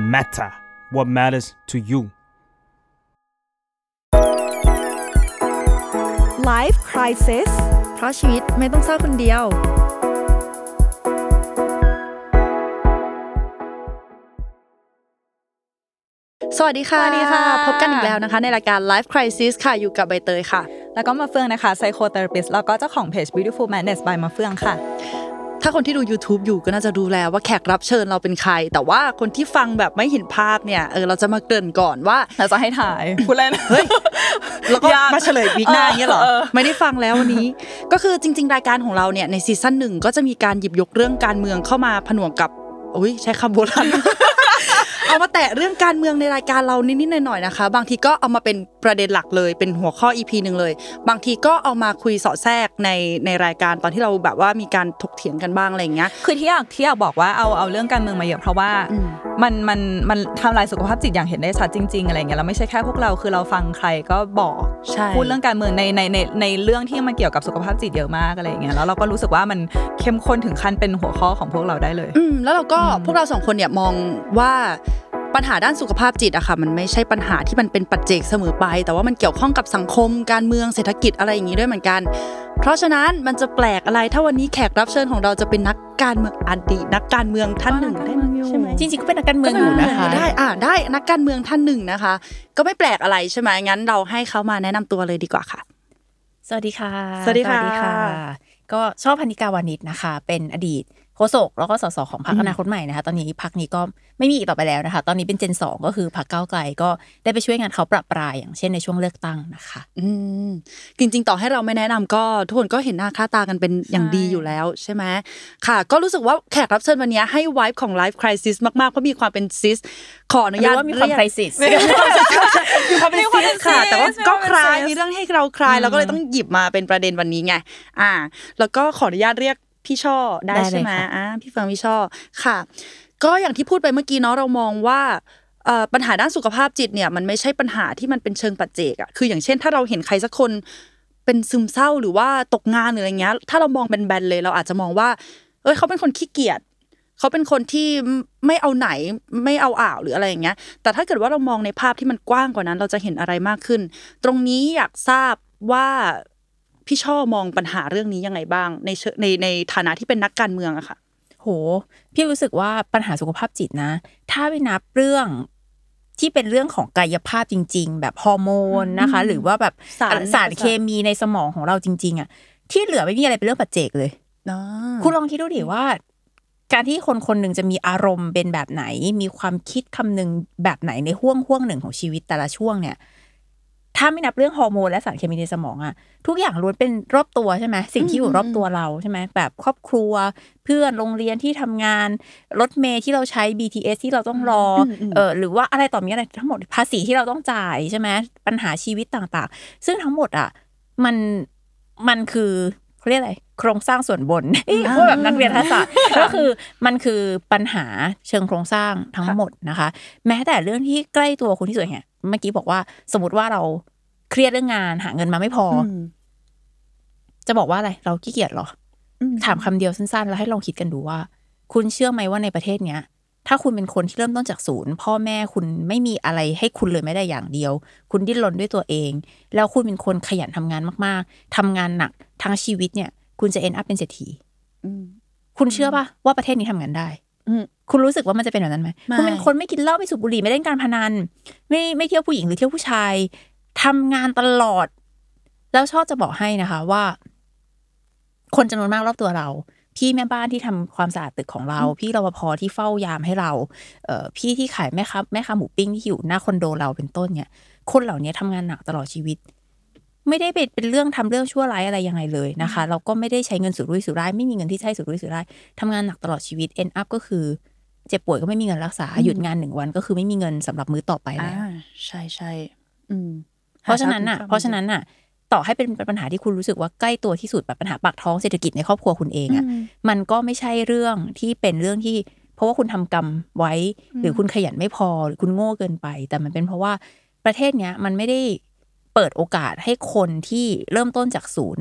matter what matters to you Life Crisis เพราะชีวิตไม่ต้องเศร้าคนเดียวสวัสดีค่ะพบกันอีกแล้วนะคะในรายการ Life Crisis ค่ะอยู่กับใบเตยค่ะแล้วก็มาเฟืองนะคะ Psychotherapist แล้วก็เจ้าของเพจ Beautiful Madness by มาเฟืองค่ะถ้าคนที่ดู YouTube อยู่ก็น่าจะดูแล้วว่าแขกรับเชิญเราเป็นใครแต่ว่าคนที่ฟังแบบไม่เห็นภาพเนี่ยเราจะมาเกริ่นก่อนว่าเราจะให้ถ่ายพูดเล่นเฮ้ยแล้วก็มาเฉลยวิกหน้าอย่างเงี้ยเหรอไม่ได้ฟังแล้ววันนี้ก็คือจริงๆรายการของเราเนี่ยในซีซั่น1ก็จะมีการหยิบยกเรื่องการเมืองเข้ามาผนวกกับใช้คำโบราณเอามาแตะเรื่องการเมืองในรายการเรานิดๆหน่อยๆนะคะบางทีก็เอามาเป็นประเด็นหลักเลยเป็นหัวข้อ EP นึงเลยบางทีก็เอามาคุยสอดแทรกในรายการตอนที่เราแบบว่ามีการถกเถียงกันบ้างอะไรอย่างเงี้ยคือที่อยากบอกว่าเอาเรื่องการเมืองมาเยอะเพราะว่ามันทำลายสุขภาพจิตอย่างเห็นได้ชัดจริงๆอะไรอย่างเงี้ยแล้วไม่ใช่แค่พวกเราคือเราฟังใครก็บอกพูดเรื่องการเมืองในเรื่องที่มันเกี่ยวกับสุขภาพจิตเยอะมากอะไรอย่างเงี้ยแล้วเราก็รู้สึกว่ามันเข้มข้นถึงขั้นเป็นหัวข้อของพวกเราได้เลยแล้วเราก็พวกเรา2คนเนี่ยมองว่าปัญหาด้านสุขภาพจิตอะค่ะมันไม่ใช่ปัญหาที่มันเป็นปัจเจกเสมอไปแต่ว่ามันเกี่ยวข้องกับสังคมการเมืองเศรษฐกิจอะไรอย่างงี้ด้วยเหมือนกันเพราะฉะนั้นมันจะแปลกอะไรถ้าวันนี้แขกรับเชิญของเราจะเป็นนักการเมืองอดีตนักการเมืองท่านหนึ่งได้ใช่มั้ยจริงๆก็เป็นนักการเมืองอยู่นะคะได้นักการเมืองท่านหนึ่งนะคะก็ไม่แปลกอะไรใช่มั้ยงั้นเราให้เขามาแนะนำตัวเลยดีกว่าค่ะสวัสดีค่ะสวัสดีค่ะก็ชอบพนิกาวานิชนะคะเป็นอดีตโฆษกแล้วก็สสของพรรคอนาคตใหม่นะคะตอนนี้พรรคนี้ก็ไม่มีอีกต่อไปแล้วนะคะตอนนี้เป็นเจน2ก็คือพรรคก้าวไกลก็ได้ไปช่วยงานเขาประปรายอย่างเช่นในช่วงเลือกตั้งนะคะจริงๆต่อให้เราไม่แนะนำก็ทุกคนก็เห็นหน้าค่าตากันเป็นอย่างดีอยู่แล้วใช่ไหมค่ะก็รู้สึกว่าแขกรับเชิญวันนี้ให้ไวบ์ของ Life Crisis มากๆเพราะมีความเป็นซิสขออนุญาตว่ามีความ crisis มีความเป็นซิสค่ะแต่ว่าก็คลายมีเรื่องให้เราคลายเราก็เลยต้องหยิบมาเป็นประเด็นวันนี้ไงแล้วก็ขออนุญาตเรียกพี่ช่อได้ใช่ไหมพี่เฟิงพี่ช่อค่ะก็อย่างที่พูดไปเมื่อกี้เนาะเรามองว่าปัญหาด้านสุขภาพจิตเนี่ยมันไม่ใช่ปัญหาที่มันเป็นเชิงปัจเจกอ่ะคืออย่างเช่นถ้าเราเห็นใครสักคนเป็นซึมเศร้าหรือว่าตกงานหรืออะไรเงี้ยถ้าเรามองเป็นแบนเลยเราอาจจะมองว่าเขาเป็นคนขี้เกียจเขาเป็นคนที่ไม่เอาไหนไม่เอาหรืออะไรอย่างเงี้ยแต่ถ้าเกิดว่าเรามองในภาพที่มันกว้างกว่านั้นเราจะเห็นอะไรมากขึ้นตรงนี้อยากทราบว่าพี่ช่อมองปัญหาเรื่องนี้ยังไงบ้างในฐานะที่เป็นนักการเมืองอะค่ะโหพี่รู้สึกว่าปัญหาสุขภาพจิตนะถ้าไม่นับเรื่องที่เป็นเรื่องของกายภาพจริงๆแบบฮอร์โมนนะคะหรือว่าแบบสารเคมีในสมองของเราจริงๆอะที่เหลือไม่มีอะไรเป็นเรื่องปัจเจกเลยคุณลองคิดดูดิว่าการที่คนๆนึงจะมีอารมณ์เป็นแบบไหนมีความคิดคำนึงแบบไหนในห่วงหนึ่งของชีวิตแต่ละช่วงเนี่ยถ้าไม่นับเรื่องฮอร์โมนและสารเคมีในสมองอะทุกอย่างล้วนเป็นรอบตัวใช่ไหมสิ่งที่อยู่รอบตัวเราใช่ไหมแบบครอบครัวเพื่อนโรงเรียนที่ทำงานรถเมล์ที่เราใช้ BTS ที่เราต้องรอหรือว่าอะไรต่อมีอะไรทั้งหมดภาษีที่เราต้องจ่ายใช่ไหมปัญหาชีวิตต่างๆซึ่งทั้งหมดอะมันคือเขาเรียกอะไรโครงสร้างส่วนบนพูดแบบนักเรียนรัฐศาสตร์ก็คือมันคือปัญหาเชิงโครงสร้างทั้งหมดนะคะแม้แต่เรื่องที่ใกล้ตัวคุณที่สุดเนี่ยเมื่อกี้บอกว่าสมมติว่าเราเครียดเรื่องงานหาเงินมาไม่พอจะบอกว่าอะไรเราขี้เกียจหรอถามคำเดียวสั้นๆแล้วให้ลองคิดกันดูว่าคุณเชื่อไหมว่าในประเทศเนี้ยถ้าคุณเป็นคนที่เริ่มต้นจากศูนย์พ่อแม่คุณไม่มีอะไรให้คุณเลยไม่ได้อย่างเดียวคุณดิ้นรนด้วยตัวเองแล้วคุณเป็นคนขยันทำงานมากๆทำงานหนักทั้งชีวิตเนี่ยคุณจะ end up เป็นเศรษฐีคุณเชื่อป่ะว่าประเทศนี้ทำงานได้คุณรู้สึกว่ามันจะเป็นแบบนั้นไหมคุณเป็นคนไม่กินเหล้าไม่สูบบุหรี่ไม่เล่นการพนันไม่เที่ยวผู้หญิงหรือเที่ยวผู้ชายทำงานตลอดแล้วชอบจะบอกให้นะคะว่าคนจำนวนมากรอบตัวเราพี่แม่บ้านที่ทำความสะอาดตึกของเราพี่รปภที่เฝ้ายามให้เราพี่ที่ขายแม่ค้าหมูปิ้งที่อยู่หน้าคอนโดเราเป็นต้นเนี่ยคนเหล่านี้ทำงานหนักตลอดชีวิตไม่ได้เป็นเรื่องทำเรื่องชั่วร้ายอะไรยังไงเลยนะคะเราก็ไม่ได้ใช้เงินสุรุ่ยสุร่ายไม่มีเงินที่ใช้สุรุ่ยสุร่ายทำงานหนักตลอดชีวิต end up ก็คือเจ็บป่วยก็ไม่มีเงินรักษาหยุดงาน1วันก็คือไม่มีเงินสำหรับมื้อต่อไปแล้วใช่เพราะฉะนั้นน่ะต่อให้เป็นปัญหาที่คุณรู้สึกว่าใกล้ตัวที่สุดแบบปัญหาปากท้องเศรษฐกิจในครอบครัวคุณเองอ่ะมันก็ไม่ใช่เรื่องที่เป็นเรื่องที่เพราะว่าคุณทำกรรมไว้หรือคุณขยันไม่พอหรือคุณโง่เกินไปแต่มันเป็นเพราะว่าประเทศเนี้ยมันไม่ได้เปิดโอกาสให้คนที่เริ่มต้นจากศูนย์น่ะ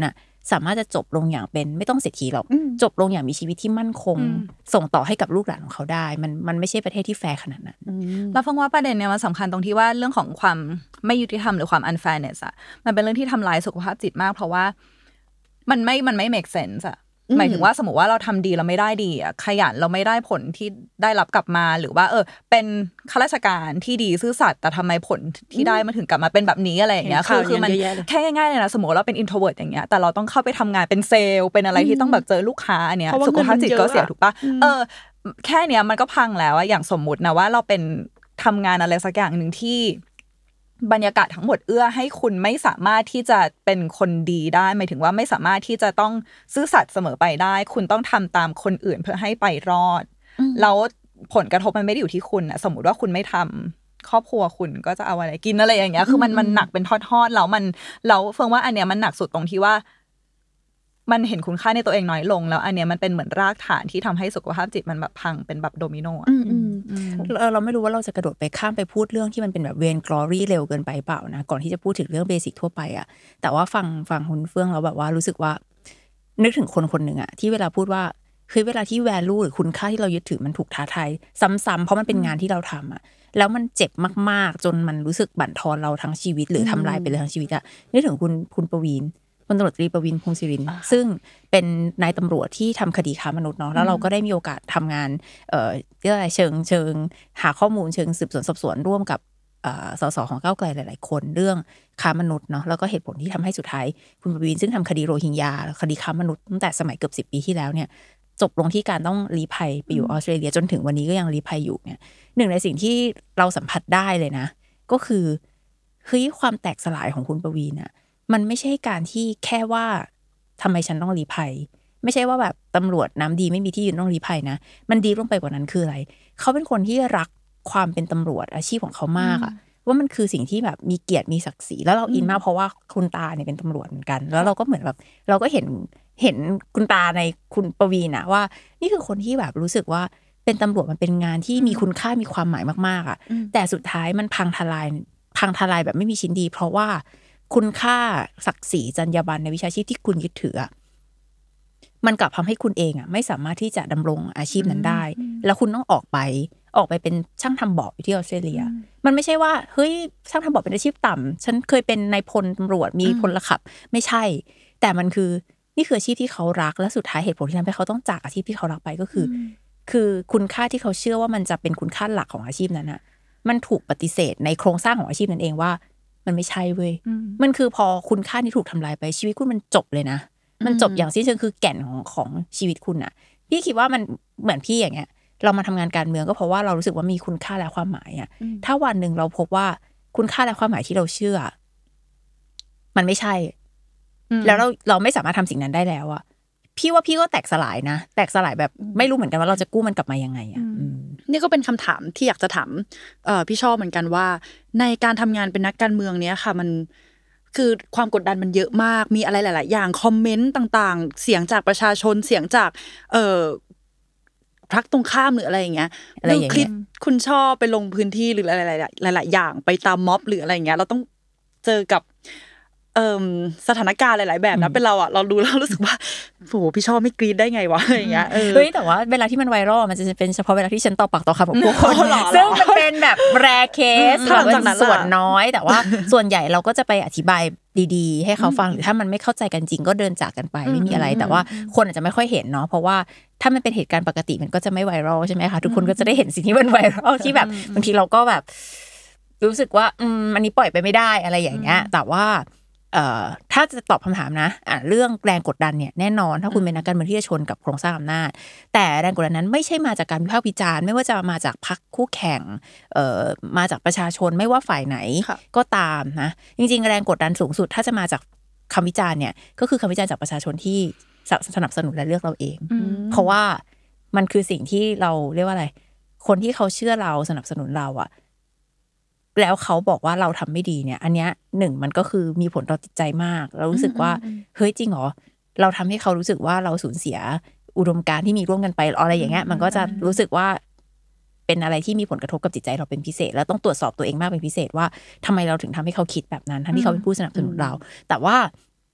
สามารถจะจบลงอย่างเป็นไม่ต้องเศรษฐีหรอกจบลงอย่างมีชีวิตที่มั่นคงส่งต่อให้กับลูกหลานของเขาได้มันไม่ใช่ประเทศที่แฟร์ขนาดนั้นเราฟังว่าประเด็นเนี่ยมันสำคัญตรงที่ว่าเรื่องของความไม่ยุติธรรมหรือความ unfairness อะมันเป็นเรื่องที่ทำลายสุขภาพจิตมากเพราะว่ามันไม่ make sense อะหมายถึงว่าสมมติว่าเราทำดีเราไม่ได้ดีอะขยันเราไม่ได้ผลที่ได้รับกลับมาหรือว่าเป็นข้าราชการที่ดีซื่อสัตย์แต่ทำไมผลที่ได้มาถึงกลับมาเป็นแบบนี้อะไรอย่างเงี้ยคือมันแค่ง่ายๆเลยนะสมมติเราเป็น introvert อย่างเงี้ยแต่เราต้องเข้าไปทำงานเป็นเซลล์เป็นอะไรที่ต้องแบบเจอลูกค้าอันเนี้ยสุขภาพจิตก็เสียถูกปะแค่เนี้ยมันก็พังแล้วอะอย่างสมมุตินะว่าเราเป็นทำงานอะไรสักอย่างนึงที่บรรยากาศทั้งหมดเอื้อให้คุณไม่สามารถที่จะเป็นคนดีได้หมายถึงว่าไม่สามารถที่จะต้องซื่อสัตย์เสมอไปได้คุณต้องทำตามคนอื่นเพื่อให้ไปรอดแล้วผลกระทบมันไม่ได้อยู่ที่คุณนะสมมติว่าคุณไม่ทำครอบครัวคุณก็จะเอาอะไรกินอะไรอย่างเงี้ยคือมันหนักเป็นทอดๆแล้วเฟิงว่าอันเนี้ยมันหนักสุดตรงที่ว่ามันเห็นคุณค่าในตัวเองน้อยลงแล้วอันเนี้ยมันเป็นเหมือนรากฐานที่ทำให้สุขภาพจิตมันแบบพังเป็นแบบโดมิโนเราไม่รู้ว่าเราจะกระโดดไปข้ามไปพูดเรื่องที่มันเป็นแบบเวนกลอรี่เร็วเกินไปเปล่านะก่อนที่จะพูดถึงเรื่องเบสิกทั่วไปอะแต่ว่าฟังคุณเฟื่องแล้วแบบว่ารู้สึกว่านึกถึงคนหนึ่งอะที่เวลาพูดว่าคือเวลาที่ value หรือคุณค่าที่เรายึดถือมันถูกท้าทายซ้ำๆเพราะมันเป็นงานที่เราทำอะแล้วมันเจ็บมากๆจนมันรู้สึกบั่นทอนเราทั้งชีวิตหรือทำลายไปเลยทั้งชีวิตอะนึกถึงคุณประวินพลตำรวจตรีประวินพงษ์ศิรินทร์ซึ่งเป็นนายตำรวจที่ทำคดีค้ามนุษย์เนาะแล้วเราก็ได้มีโอกาสทำงานเรื่องอะไรเชิงหาข้อมูลเชิงสืบสวนสอบสวนร่วมกับสสของก้าวไกลหลายๆคนเรื่องค้ามนุษย์เนาะแล้วก็เหตุผลที่ทำให้สุดท้ายคุณประวินซึ่งทำคดีโรฮิงญาคดีค้ามนุษย์ตั้งแต่สมัยเกือบ10 ปีที่แล้วเนี่ยจบลงที่การต้องลี้ภัยไปอยู่ออสเตรเลียจนถึงวันนี้ก็ยังลี้ภัยอยู่เนี่ยหนึ่งในสิ่งที่เราสัมผัสได้เลยนะก็คือเฮ้ยความแตกสลายของคุณประวินน่ะมันไม่ใช่การที่แค่ว่าทำไมฉันต้องลี้ภัยไม่ใช่ว่าแบบตำรวจน้ำดีไม่มีที่ยืนต้องลี้ภัยนะมันดีลงไปกว่านั้นคืออะไรเขาเป็นคนที่รักความเป็นตำรวจอาชีพของเขามากอะว่ามันคือสิ่งที่แบบมีเกียรติมีศักดิ์ศรีแล้วเราอินมากเพราะว่าคุณตาเนี่ยเป็นตำรวจเหมือนกันแล้วเราก็เหมือนแบบเราก็เห็นคุณตาในคุณประวีณนะว่านี่คือคนที่แบบรู้สึกว่าเป็นตำรวจมันเป็นงานที่มีคุณค่ามีความหมายมากๆอะแต่สุดท้ายมันพังทลายแบบไม่มีชิ้นดีเพราะว่าคุณค่าศักดิ์ศรีจรรยาบรรณในวิชาชีพที่คุณยึดถือมันกลับทำให้คุณเองไม่สามารถที่จะดำรงอาชีพนั้นได้แล้วคุณต้องออกไปเป็นช่างทำเบาะอยู่ที่ออสเตรเลียมันไม่ใช่ว่าเฮ้ยช่างทำเบาะเป็นอาชีพต่ำฉันเคยเป็นนายพลตำรวจมีพลขับไม่ใช่แต่มันคือนี่คืออาชีพที่เขารักและสุดท้ายเหตุผลที่ทำให้เขาต้องจากอาชีพที่เขารักไปก็คือคุณค่าที่เขาเชื่อว่ามันจะเป็นคุณค่าหลักของอาชีพนั้นอะมันถูกปฏิเสธในโครงสร้างของอาชีพนั้นเองว่ามันไม่ใช่เว้ยมันคือพอคุณค่านี้ถูกทำลายไปชีวิตคุณมันจบเลยนะมันจบอย่างสิ้นเชิงคือแก่นของชีวิตคุณอะพี่คิดว่ามันเหมือนพี่อย่างเงี้ยเรามาทำงานการเมืองก็เพราะว่าเรารู้สึกว่ามีคุณค่าและความหมายอะถ้าวันหนึ่งเราพบว่าคุณค่าและความหมายที่เราเชื่อมันไม่ใช่แล้วเราไม่สามารถทำสิ่งนั้นได้แล้วอะพี่ว่าพี่ก็แตกสลายนะแตกสลายแบบไม่รู้เหมือนกันว่าเราจะกู้มันกลับมายังไงอะนี่ก็เป็นคำถามที่อยากจะถามพี่ชอบเหมือนกันว่าในการทำงานเป็นนักการเมืองเนี้ยค่ะมันคือความกดดันมันเยอะมากมีอะไรหลายๆอย่างคอมเมนต์ต่างๆเสียงจากประชาชนเสียงจากพรรคตรงข้ามหรืออะไรอย่างเงี้ยเรื่องคลิปคุณชอบไปลงพื้นที่หรืออะไรหลายๆอย่างไปตามม็อบหรืออะไรอย่างเงี้ยเราต้องเจอกับสถานการณ์หลายๆแบบนะเป็นเราอ่ะเราดูแล้วรู้สึกว่าโหพี่ชอบไม่กรี๊ดได้ไงวะอะไรอย่างเงี้ยเฮ้ยแต่ว่าเวลาที่มันไวรัลมันจะเป็นเฉพาะเวลาที่ฉันต่อปากต่อคำกับผู้คนซึ่งมันเป็นแบบแรร์เคสส่วนน้อยแต่ว่าส่วนใหญ่เราก็จะไปอธิบายดีๆให้เขาฟังหรือถ้ามันไม่เข้าใจกันจริงก็เดินจากกันไปไม่มีอะไรแต่ว่าคนอาจจะไม่ค่อยเห็นเนาะเพราะว่าถ้ามันเป็นเหตุการณ์ปกติมันก็จะไม่ไวรัลใช่ไหมคะทุกคนก็จะได้เห็นสิ่งที่มันไวรัลที่แบบบางทีเราก็แบบรู้สึกว่าอันนี้ปล่อยไปไม่ได้อะไรอย่างเงี้ยแต่ว่าถ้าจะตอบคำถามนะเรื่องแรงกดดันเนี่ยแน่นอนถ้าคุณเป็นนักการเมืองที่จะชนกับโครงสร้างอำนาจแต่แรงกดดันนั้นไม่ใช่มาจากการวิพากษ์วิจารณ์ไม่ว่าจะมาจากพรรคคู่แข่งมาจากประชาชนไม่ว่าฝ่ายไหนก็ตามนะจริงๆแรงกดดันสูงสุดถ้าจะมาจากคำวิจารณ์เนี่ยก็คือคำวิจารณ์จากประชาชนที่สนับสนุนและเลือกเราเองเพราะว่ามันคือสิ่งที่เราเรียกว่าอะไรคนที่เขาเชื่อเราสนับสนุนเราอะแล้วเขาบอกว่าเราทำไม่ดีเนี่ยอันเนี้ย1มันก็คือมีผลต่อจิตใจมากเรารู้สึกว่าเฮ้ยจริงเหรอเราทำให้เขารู้สึกว่าเราสูญเสียอุดมการณ์ที่มีร่วมกันไปอะไรอย่างเงี้ยมันก็จะรู้สึกว่าเป็นอะไรที่มีผลกระทบกับจิตใจเราเป็นพิเศษแล้วต้องตรวจสอบตัวเองมากเป็นพิเศษว่าทำไมเราถึงทำให้เขาคิดแบบนั้นทั้งที่เขาเป็นผู้สนับสนุนเราแต่ว่า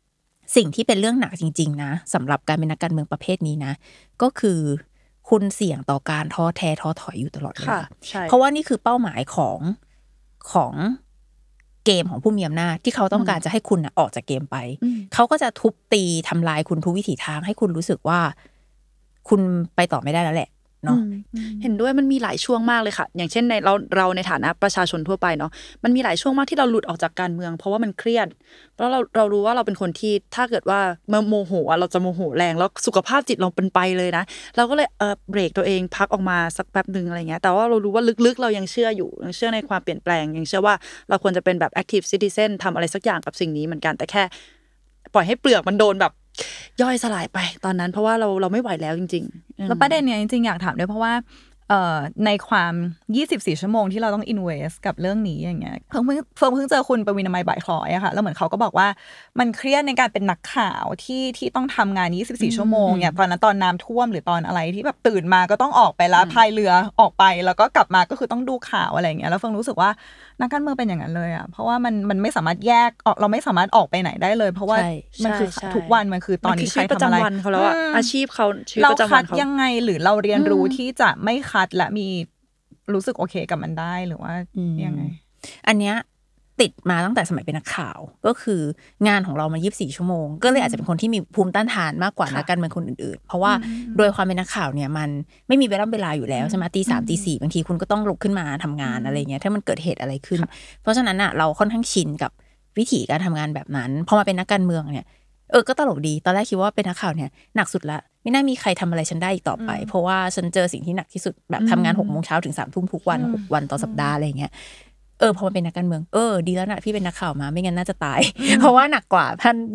สิ่งที่เป็นเรื่องหนักจริงๆนะสำหรับการเป็นนักการเมืองประเภทนี้นะก็คือคุณเสี่ยงต่อการท้อแท้ท้อถอยอยู่ตลอดเวลาเพราะว่านี่คือเป้าหมายของเกมของผู้มีอำนาจที่เขาต้องการจะให้คุณออกจากเกมไปเขาก็จะทุบตีทำลายคุณทุกวิถีทางให้คุณรู้สึกว่าคุณไปต่อไม่ได้แล้วแหละเนาะเห็นด้วยมันมีหลายช่วงมากเลยค่ะอย่างเช่นในเราในฐานะประชาชนทั่วไปเนาะมันมีหลายช่วงมากที่เราหลุดออกจากการเมืองเพราะว่ามันเครียดเพราะเรารู้ว่าเราเป็นคนที่ถ้าเกิดว่าโมโหเราจะโมโหแรงแล้วสุขภาพจิตเราเป็นไปเลยนะเราก็เลยเบรกตัวเองพักออกมาสักแป๊บนึงอะไรเงี้ยแต่ว่าเรารู้ว่าลึกๆเรายังเชื่ออยู่ยังเชื่อในความเปลี่ยนแปลงยังเชื่อว่าเราควรจะเป็นแบบ active citizen ทำอะไรสักอย่างกับสิ่งนี้เหมือนกันแต่แค่ปล่อยให้เปลือกมันโดนแบบย่อยสลายไปตอนนั้นเพราะว่าเราไม่ไหวแล้วจริงๆแล้วประเด็นเนี้ยจริงๆอยากถามด้วยเพราะว่าในความ24ชั่วโมงที่เราต้อง invest กับเรื่องนี้อย่างเงี้ยเพิ่งเจอคุณปวีณ มัย บ่ายคล้อยอะค่ะแล้วเหมือนเขาก็บอกว่ามันเครียดในการเป็นนักข่าวที่ต้องทำงาน24ชั่วโมงเนี่ยตอนนั้นตอนน้ำท่วมหรือตอนอะไรที่แบบตื่นมาก็ต้องออกไปแล้วพายเรือออกไปแล้วก็กลับมาก็คือต้องดูข่าวอะไรอย่างเงี้ยแล้วเพิ่งรู้สึกว่านักการเมืองเป็นอย่างนั้นเลยอะเพราะว่ามันไม่สามารถแยกออกเราไม่สามารถออกไปไหนได้เลยเพราะว่ามันคือทุกวันมันคือตอนนี้ใครทำอะไรเขาแล้วอาชีพเขาชีวิตประจำวันเขายังไงหรือเราเรียนรู้ที่จะไม่คัดและมีรู้สึกโอเคกับมันได้หรือว่ายังไงอันเนี้ยติดมาตั้งแต่สมัยเป็นนักข่าวก็คืองานของเรามา24ชั่วโมงก็เลยอาจจะเป็นคนที่มีภูมิต้านทานมากกว่านักการเมืองคนอื่นๆเพราะว่าโดยความเป็นนักข่าวเนี่ยมันไม่มีเวลาอยู่แล้วใช่ไหมตี 3 ตี 4บางทีคุณก็ต้องลุกขึ้นมาทำงานอะไรเงี้ยถ้ามันเกิดเหตุอะไรขึ้นเพราะฉะนั้นอ่ะเราค่อนข้างชินกับวิธีการทำงานแบบนั้นพอมาเป็นนักการเมืองเนี่ยก็ตลกดีตอนแรกคิดว่าเป็นนักข่าวเนี่ยหนักสุดละไม่น่ามีใครทำอะไรฉันได้อีกต่อไปเพราะว่าฉันเจอสิ่งที่หนักที่สุดแบบทำงาน6 โมงเช้าถึง3 ทุ่มทุกวัน6 วันต่อสัปดาห์อะไรเงี้ยพอมาเป็นนักการเมืองดีแล้วนะพี่เป็นนักข่าวมาไม่งั้นน่าจะตายเพราะว่าหนักกว่า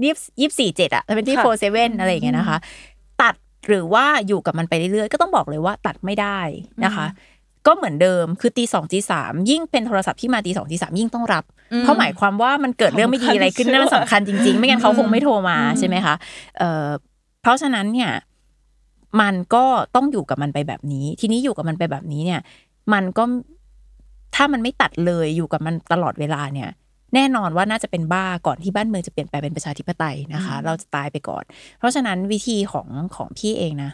24/7อะเป็นที่4/7อะไรอย่างเงี้ยนะคะตัดหรือว่าอยู่กับมันไปเรื่อยๆก็ต้องบอกเลยว่าตัดไม่ได้นะคะก็เหมือนเดิมคือตี 2 ตี 3ยิ่งเป็นโทรศัพท์ที่มาตี 2 ตี 3ยิ่งต้องรับเพราะหมายความว่ามันเกิดเรื่องไม่ดีอะไรขึ้นนั่นมันสำคัญจริงๆไม่งั้นเขาคงไม่โทรมาใช่ไหมคะเพราะฉะนั้นเนี่ยมันก็ต้องอยู่กับมันไปแบบนี้ทีนี้อยู่กับมันไปแบบนี้เนี่ยมันก็ถ้ามันไม่ตัดเลยอยู่กับมันตลอดเวลาเนี่ยแน่นอนว่าน่าจะเป็นบ้าก่อนที่บ้านเมืองจะเปลี่ยนแปลงเป็นประชาธิปไตยนะคะเราจะตายไปก่อนเพราะฉะนั้นวิธีของพี่เองนะ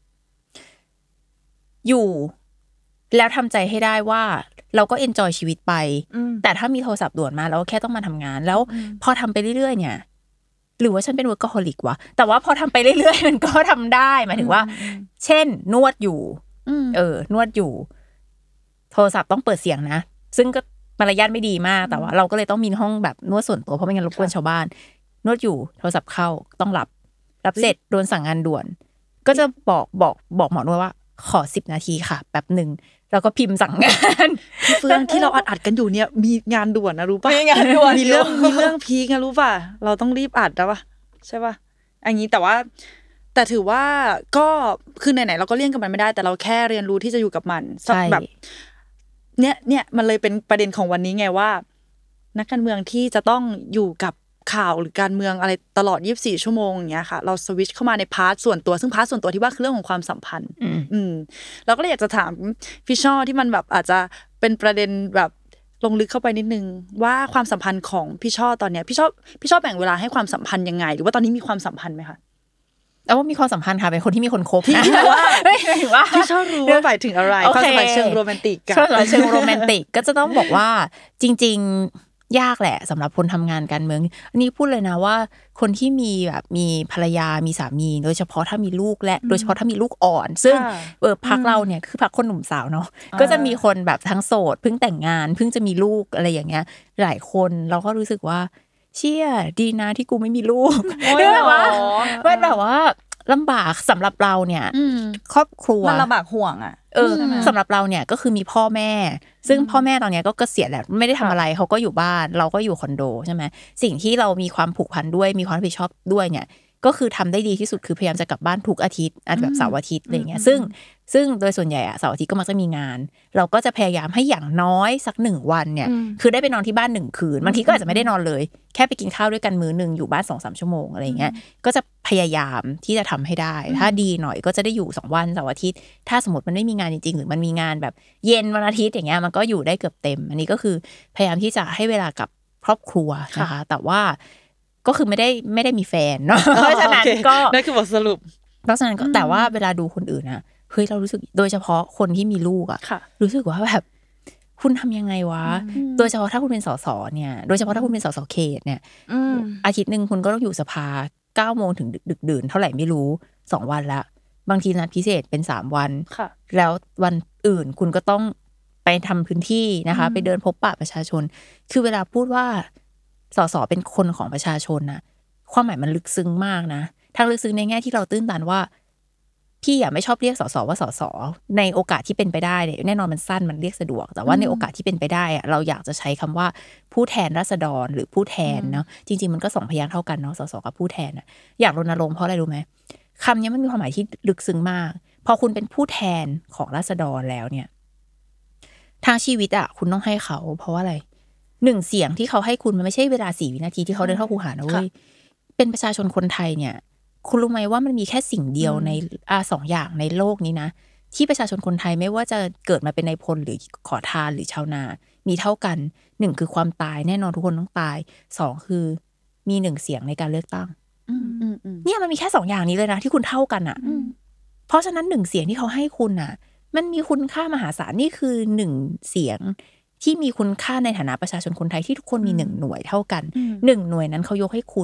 อยู่แล้วทำใจให้ได้ว่าเราก็เอนจอยชีวิตไปแต่ถ้ามีโทรศัพท์ด่วนมาเราก็แค่ต้องมาทำงานแล้วพอทำไปเรื่อยๆเนี่ยหรือว่าฉันเป็นเวิร์กโฮลิกวะแต่ว่าพอทำไปเรื่อยๆมันก็ทำได้หมายถึงว่าเช่นนวดอยู่นวดอยู่โทรศัพท์ต้องเปิดเสียงนะซึ่งก็มารยาทไม่ดีมากแต่ว่าเราก็เลยต้องมีห้องแบบนวดส่วนตัวเพราะไม่งั้นรบกวนชาวบ้านนวดอยู่โทรศัพท์เข้าต้องรับเสร็จโดนสั่งงานด่วนก็จะบอกหมอนวดว่าขอ10 นาทีค่ะแป๊บนึงแล้วก็พิมพ์สั่งงานพี่เฟืองที่เราอัดกันอยู่เนี่ยมีงานด่วนนะรู้ป่ะมีงานด่วนมีเรื่องพีคนะรู้ป่ะเราต้องรีบอัดแล้วป่ะใช่ป่ะอันนี้แต่ถือว่าก็คือไหนๆเราก็เลี่ยงกับมันไม่ได้แต่เราแค่เรียนรู้ที่จะอยู่กับมันแบบเนี่ยมันเลยเป็นประเด็นของวันนี้ไงว่านักการเมืองที่จะต้องอยู่กับข่าวหรือการเมืองอะไรตลอด24ชั่วโมงอย่างเงี้ยค่ะเราสวิตช์เข้ามาในพาร์ทส่วนตัวซึ่งพาร์ทส่วนตัวที่ว่าคือเรื่องของความสัมพันธ์เราก็เลยอยากจะถามพี่ช่อที่มันแบบอาจจะเป็นประเด็นแบบลงลึกเข้าไปนิดนึงว่าความสัมพันธ์ของพี่ช่อตอนเนี้ยพี่ช่อแบ่งเวลาให้ความสัมพันธ์ยังไงหรือว่าตอนนี้มีความสัมพันธ์ไหมคะแล้วว่ามีความสัมพันธ์ค่ะเป็นคนที่มีคนคบนะว่าพี่ชอบรู้ว่าหมายถึงอะไรความสัมพันธ์เชิงโรแมนติกความสัมพันธ์เชิงโรแมนติกก็จะต้องบอกว่าจริงๆยากแหละสำหรับคนทำงานการเมืองอันนี้พูดเลยนะว่าคนที่มีแบบมีภรรยามีสามีโดยเฉพาะถ้ามีลูกและโดยเฉพาะถ้ามีลูกอ่อนซึ่งพรรคเราเนี่ยคือพรรคคนหนุ่มสาวเนาะก็จะมีคนแบบทั้งโสดเพิ่งแต่งงานเพิ่งจะมีลูกอะไรอย่างเงี้ยหลายคนเราก็รู้สึกว่าเชี่ยดีนะที่กูไม่มีลูกแบบว่าแบบว่าลำบากสำหรับเราเนี่ยครอบครัวมันลำบากห่วงอ่ะสำหรับเราเนี่ยก็คือมีพ่อแม่ซึ่งพ่อแม่ตอนนี้ก็เกษียณแล้วไม่ได้ทำอะไรเขาก็อยู่บ้านเราก็อยู่คอนโดใช่ไหมสิ่งที่เรามีความผูกพันด้วยมีความรับผิดชอบด้วยเนี่ยก็คือทำได้ดีที่สุดคือพยายามจะกลับบ้านทุกอาทิตย์แบบเสาร์อาทิตย์อะไรเงี้ยซึ่งโดยส่วนใหญ่อะเสาร์อาทิตย์ก็มักจะมีงานเราก็จะพยายามให้อย่างน้อยสัก1 วันเนี่ยคือได้ไปนอนที่บ้าน1 คืนบางทีก็อาจจะไม่ได้นอนเลยแค่ไปกินข้าวด้วยกันมื้อนึงอยู่บ้าน 2-3 ชั่วโมงอะไรเงี้ยก็จะพยายามที่จะทำให้ได้ถ้าดีหน่อยก็จะได้อยู่2 วันเสาร์อาทิตย์ถ้าสมมติมันไม่มีงานจริงๆหรือมันมีงานแบบเย็นวันอาทิตย์อย่างเงี้ยมันก็อยู่ได้เกือบเต็มอันนี้ก็คือพยายามที่จะให้เวลากับครอบครัวนะคะแต่ว่าก็คือไม่ได้มีแฟนเนาะเพราะฉะนั้นก็นั่นคือบทสรุปเพราะฉะนั้นก็แต่ว่าเวลาดูคนอื่นนะเฮ้ยเรารู้สึกโดยเฉพาะคนที่มีลูกอะรู้สึกว่าแบบคุณทำยังไงวะโดยเฉพาะถ้าคุณเป็นสสเนี่ยโดยเฉพาะถ้าคุณเป็นสสเขตเนี่ยอาทิตย์นึงคุณก็ต้องอยู่สภา9 โมงถึงดึกดื่นเท่าไหร่ไม่รู้2 วันละบางทีนัดพิเศษเป็น3 วันแล้ววันอื่นคุณก็ต้องไปทำพื้นที่นะคะไปเดินพบปะประชาชนคือเวลาพูดว่าสสเป็นคนของประชาชนนะความหมายมันลึกซึ้งมากนะทั้งลึกซึ้งในแง่ที่เราตื้นตันว่าพี่ไม่ชอบเรียกสสว่าสสในโอกาสที่เป็นไปได้เนี่ยแน่นอนมันสั้นมันเรียกสะดวกแต่ว่าในโอกาสที่เป็นไปได้อะเราอยากจะใช้คำว่าผู้แทนราษฎรหรือผู้แทนเนาะจริงๆมันก็2 พยางค์เท่ากันเนาะสสกับผู้แทนอะอยากรณรงค์เพราะอะไรรู้ไหมคำนี้มันมีความหมายที่ลึกซึ้งมากพอคุณเป็นผู้แทนของราษฎรแล้วเนี่ยทางชีวิตอะคุณต้องให้เขาเพราะว่าอะไร1 เสียงที่เขาให้คุณมันไม่ใช่เวลา4 วินาทีที่เขาเดินเข้าคูหานะเว้ยเป็นประชาชนคนไทยเนี่ยคุณรู้ไหมว่ามันมีแค่สิ่งเดียวใน2 อย่างในโลกนี้นะที่ประชาชนคนไทยไม่ว่าจะเกิดมาเป็นนายพลหรือขอทานหรือชาวนามีเท่ากัน1คือความตายแน่นอนทุกคนต้องตาย2คือมี1 เสียงในการเลือกตั้งเนี่ยมันมีแค่2 อย่างนี้เลยนะที่คุณเท่ากันอ่ะเพราะฉะนั้น1 เสียงที่เขาให้คุณอ่ะมันมีคุณค่ามหาศาลนี่คือ1 เสียงที่มีคุณค่าในฐานะประชาชนคนไทยที่ทุกคนมี1 หน่วยเท่ากัน1 หน่วยนั้นเขายกให้คุณ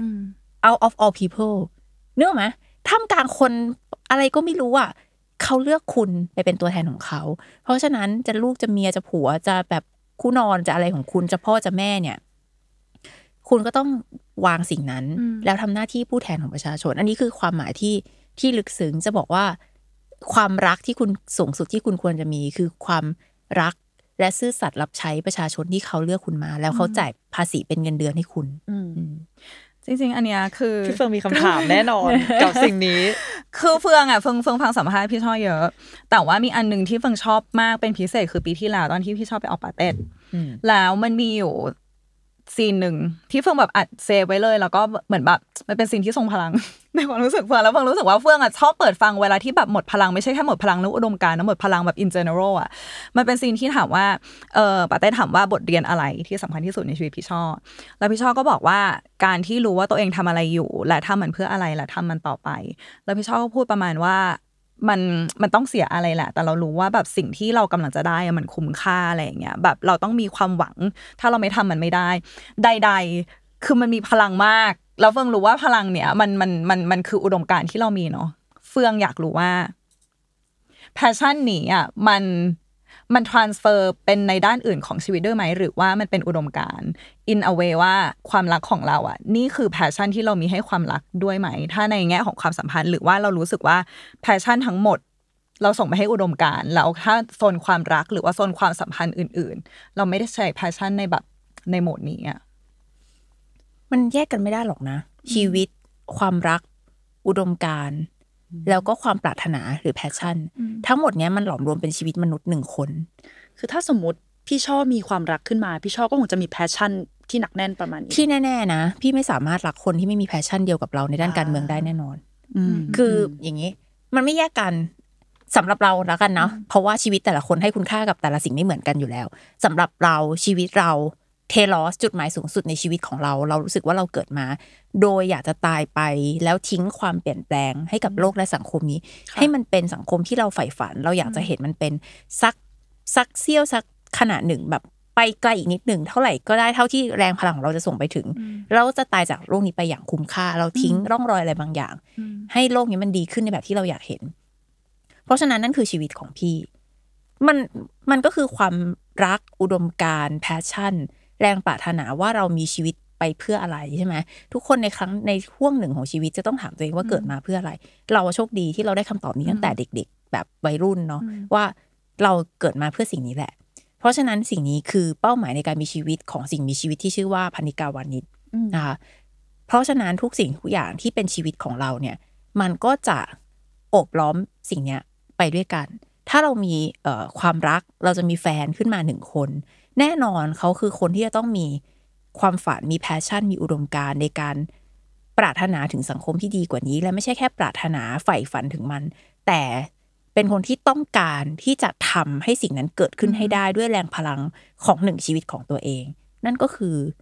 out of all people เนื้อไหมท่ามกลางคนอะไรก็ไม่รู้อ่ะเขาเลือกคุณไปเป็นตัวแทนของเขาเพราะฉะนั้นจะลูกจะเมียจะผัวจะแบบคู่นอนจะอะไรของคุณจะพ่อจะแม่เนี่ยคุณก็ต้องวางสิ่งนั้นแล้วทำหน้าที่ผู้แทนของประชาชนอันนี้คือความหมายที่ลึกซึ้งจะบอกว่าความรักที่คุณสูงสุดที่คุณควรจะมีคือความรักและซื่อสัตย์รับใช้ประชาชนที่เขาเลือกคุณมาแล้วเขาจ่ายภาษีเป็นเงินเดือนให้คุณจริงๆอันเนี้ยคือพี่เฟืองมีคำถามแน่นอนกับสิ่งนี้คือเฟืองฟังสัมภาษณ์พี่ชอบเยอะแต่ว่ามีอันนึงที่เฟืองชอบมากเป็นพิเศษคือปีที่แล้วตอนที่พี่ชอบไปออกปาเต้แล้วมันมีอยู่ซีนหนึ่งที่เฟืองแบบอัดเซฟไว้เลยแล้วก็เหมือนแบบมันเป็นซีนที่ทรงพลังในความรู้สึกเฟืองแล้วเฟืองรู้สึกว่าเฟืองชอบเปิดฟังเวลาที่แบบหมดพลังไม่ใช่แค่หมดพลังแล้วอุดมการณ์นะหมดพลังแบบ in general อ่ะมันเป็นซีนที่ถามว่าปาเต้ถามว่าบทเรียนอะไรที่สำคัญที่สุดในชีวิตพี่ช่อแล้วพี่ช่อก็บอกว่าการที่รู้ว่าตัวเองทำอะไรอยู่และทำมันเพื่ออะไรและทำมันต่อไปแล้วพี่ช่อก็พูดประมาณว่ามันต้องเสียอะไรแหละแต่เรารู้ว่าแบบสิ่งที่เรากำลังจะได้มันคุ้มค่าอะไรอย่างเงี้ยแบบเราต้องมีความหวังถ้าเราไม่ทำมันไม่ได้ใดๆคือมันมีพลังมากแล้วเฟืองรู้ว่าพลังเนี่ยมันคืออุดมการณ์ที่เรามีเนาะเฟืองอยากรู้ว่าแพชชั่นนี้อ่ะมัน transfer เป็นในด้านอื่นของชีวิตด้วยไหมหรือว่ามันเป็นอุดมการณ์ in a way ว่าความรักของเราอ่ะนี่คือ passion ที่เรามีให้ความรักด้วยไหมถ้าในแง่ของความสัมพันธ์หรือว่าเรารู้สึกว่า passion ทั้งหมดเราส่งไปให้อุดมการณ์แล้วถ้าโซนความรักหรือว่าโซนความสัมพันธ์อื่นๆเราไม่ได้ใช้ passion ในแบบในโหมดนี้อ่ะมันแยกกันไม่ได้หรอกนะชีวิตความรักอุดมการณ์แล้วก็ความปรารถนาหรือแพชชั่นทั้งหมดเนี้ยมันหลอมรวมเป็นชีวิตมนุษย์1 คนคือถ้าสมมติพี่ชอบมีความรักขึ้นมาพี่ชอบก็คงจะมีแพชชั่นที่หนักแน่นประมาณนี้ที่แน่ๆนะพี่ไม่สามารถรักคนที่ไม่มีแพชชั่นเดียวกับเราในด้านการเมืองได้แน่นอนคืออย่างนี้มันไม่แยกกันสำหรับเราแล้วกันเนาะเพราะว่าชีวิตแต่ละคนให้คุณค่ากับแต่ละสิ่งไม่เหมือนกันอยู่แล้วสำหรับเราชีวิตเราเทลอสจุดหมายสูงสุดในชีวิตของเรารู้สึกว่าเราเกิดมาโดยอยากจะตายไปแล้วทิ้งความเปลี่ยนแปลงให้กับโลกและสังคมนี้ให้มันเป็นสังคมที่เราใฝ่ฝันเราอยากจะเห็นมันเป็นสักเสี้ยวสักขนาดหนึ่งแบบไปไกลอีกนิดหนึ่งเท่าไหร่ก็ได้เท่าที่แรงพลังของเราจะส่งไปถึงเราจะตายจากโลกนี้ไปอย่างคุ้มค่าเราทิ้งร่องรอยอะไรบางอย่างให้โลกนี้มันดีขึ้นในแบบที่เราอยากเห็นเพราะฉะนั้นนั่นคือชีวิตของพี่มันก็คือความรักอุดมการณ์แพชชั่นแรงปรารถนาว่าเรามีชีวิตไปเพื่ออะไรใช่ไหมทุกคนในช่วงหนึ่งของชีวิตจะต้องถามตัวเองว่าเกิดมาเพื่ออะไรเราโชคดีที่เราได้คำตอบนี้ตั้งแต่เด็กๆแบบวัยรุ่นเนาะว่าเราเกิดมาเพื่อสิ่งนี้แหละเพราะฉะนั้นสิ่งนี้คือเป้าหมายในการมีชีวิตของสิ่งมีชีวิตที่ชื่อว่าพนิกาวานิชนะคะเพราะฉะนั้นทุกสิ่งทุกอย่างที่เป็นชีวิตของเราเนี่ยมันก็จะโอบล้อมสิ่งเนี้ยไปด้วยกันถ้าเรามีความรักเราจะมีแฟนขึ้นมา1 คนแน่นอนเขาคือคนที่จะต้องมีความฝันมีแพชชั่นมีอุดมการณ์ในการปรารถนาถึงสังคมที่ดีกว่านี้และไม่ใช่แค่ปรารถนาใฝ่ฝันถึงมันแต่เป็นคนที่ต้องการที่จะทำให้สิ่งนั้นเกิดขึ้นให้ได้ด้วยแรงพลังของ1 ชีวิตของตัวเองนั่นก็คือ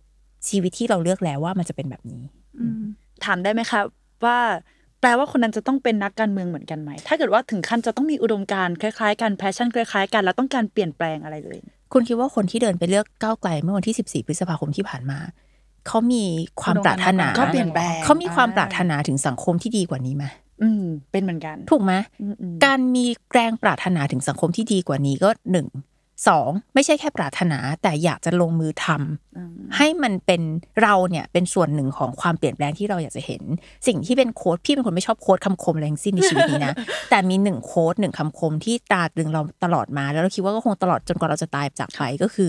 ชีวิตที่เราเลือกแล้วว่ามันจะเป็นแบบนี้ถามได้ไหมคะว่าแปลว่าคนนั้นจะต้องเป็นนักการเมืองเหมือนกันไหมถ้าเกิดว่าถึงขั้นจะต้องมีอุดมการณ์คล้ายๆกันแพชชั่นคล้ายๆกันแล้วต้องการเปลี่ยนแปลงอะไรเลยคุณคิดว่าคนที่เดินไปเลือกก้าวไกลเมื่อวันที่14พฤษภาคมที่ผ่านมาเขามีความปรารถนาก็เปลี่ยนแปลงเขามีความปรารถนาถึงสังคมที่ดีกว่านี้ไหมเป็นเหมือนกันถูกไหมการมีแรงปรารถนาถึงสังคมที่ดีกว่านี้ก็1 2ไม่ใช่แค่ปรารถนาแต่อยากจะลงมือทำให้มันเป็นเราเนี่ยเป็นส่วนหนึ่งของความเปลี่ยนแปลงที่เราอยากจะเห็นสิ่งที่เป็นโค้ดพี่เป็นคนไม่ชอบโค้ดคำคมอะไรทั้งสิ้นในชีวิตนี้นะ แต่มี1โค้ด1คำคมที่ตราตรึงเราตลอดมาแล้วเราคิดว่าก็คงตลอดจนกว่าเราจะตายจากไปก็คือ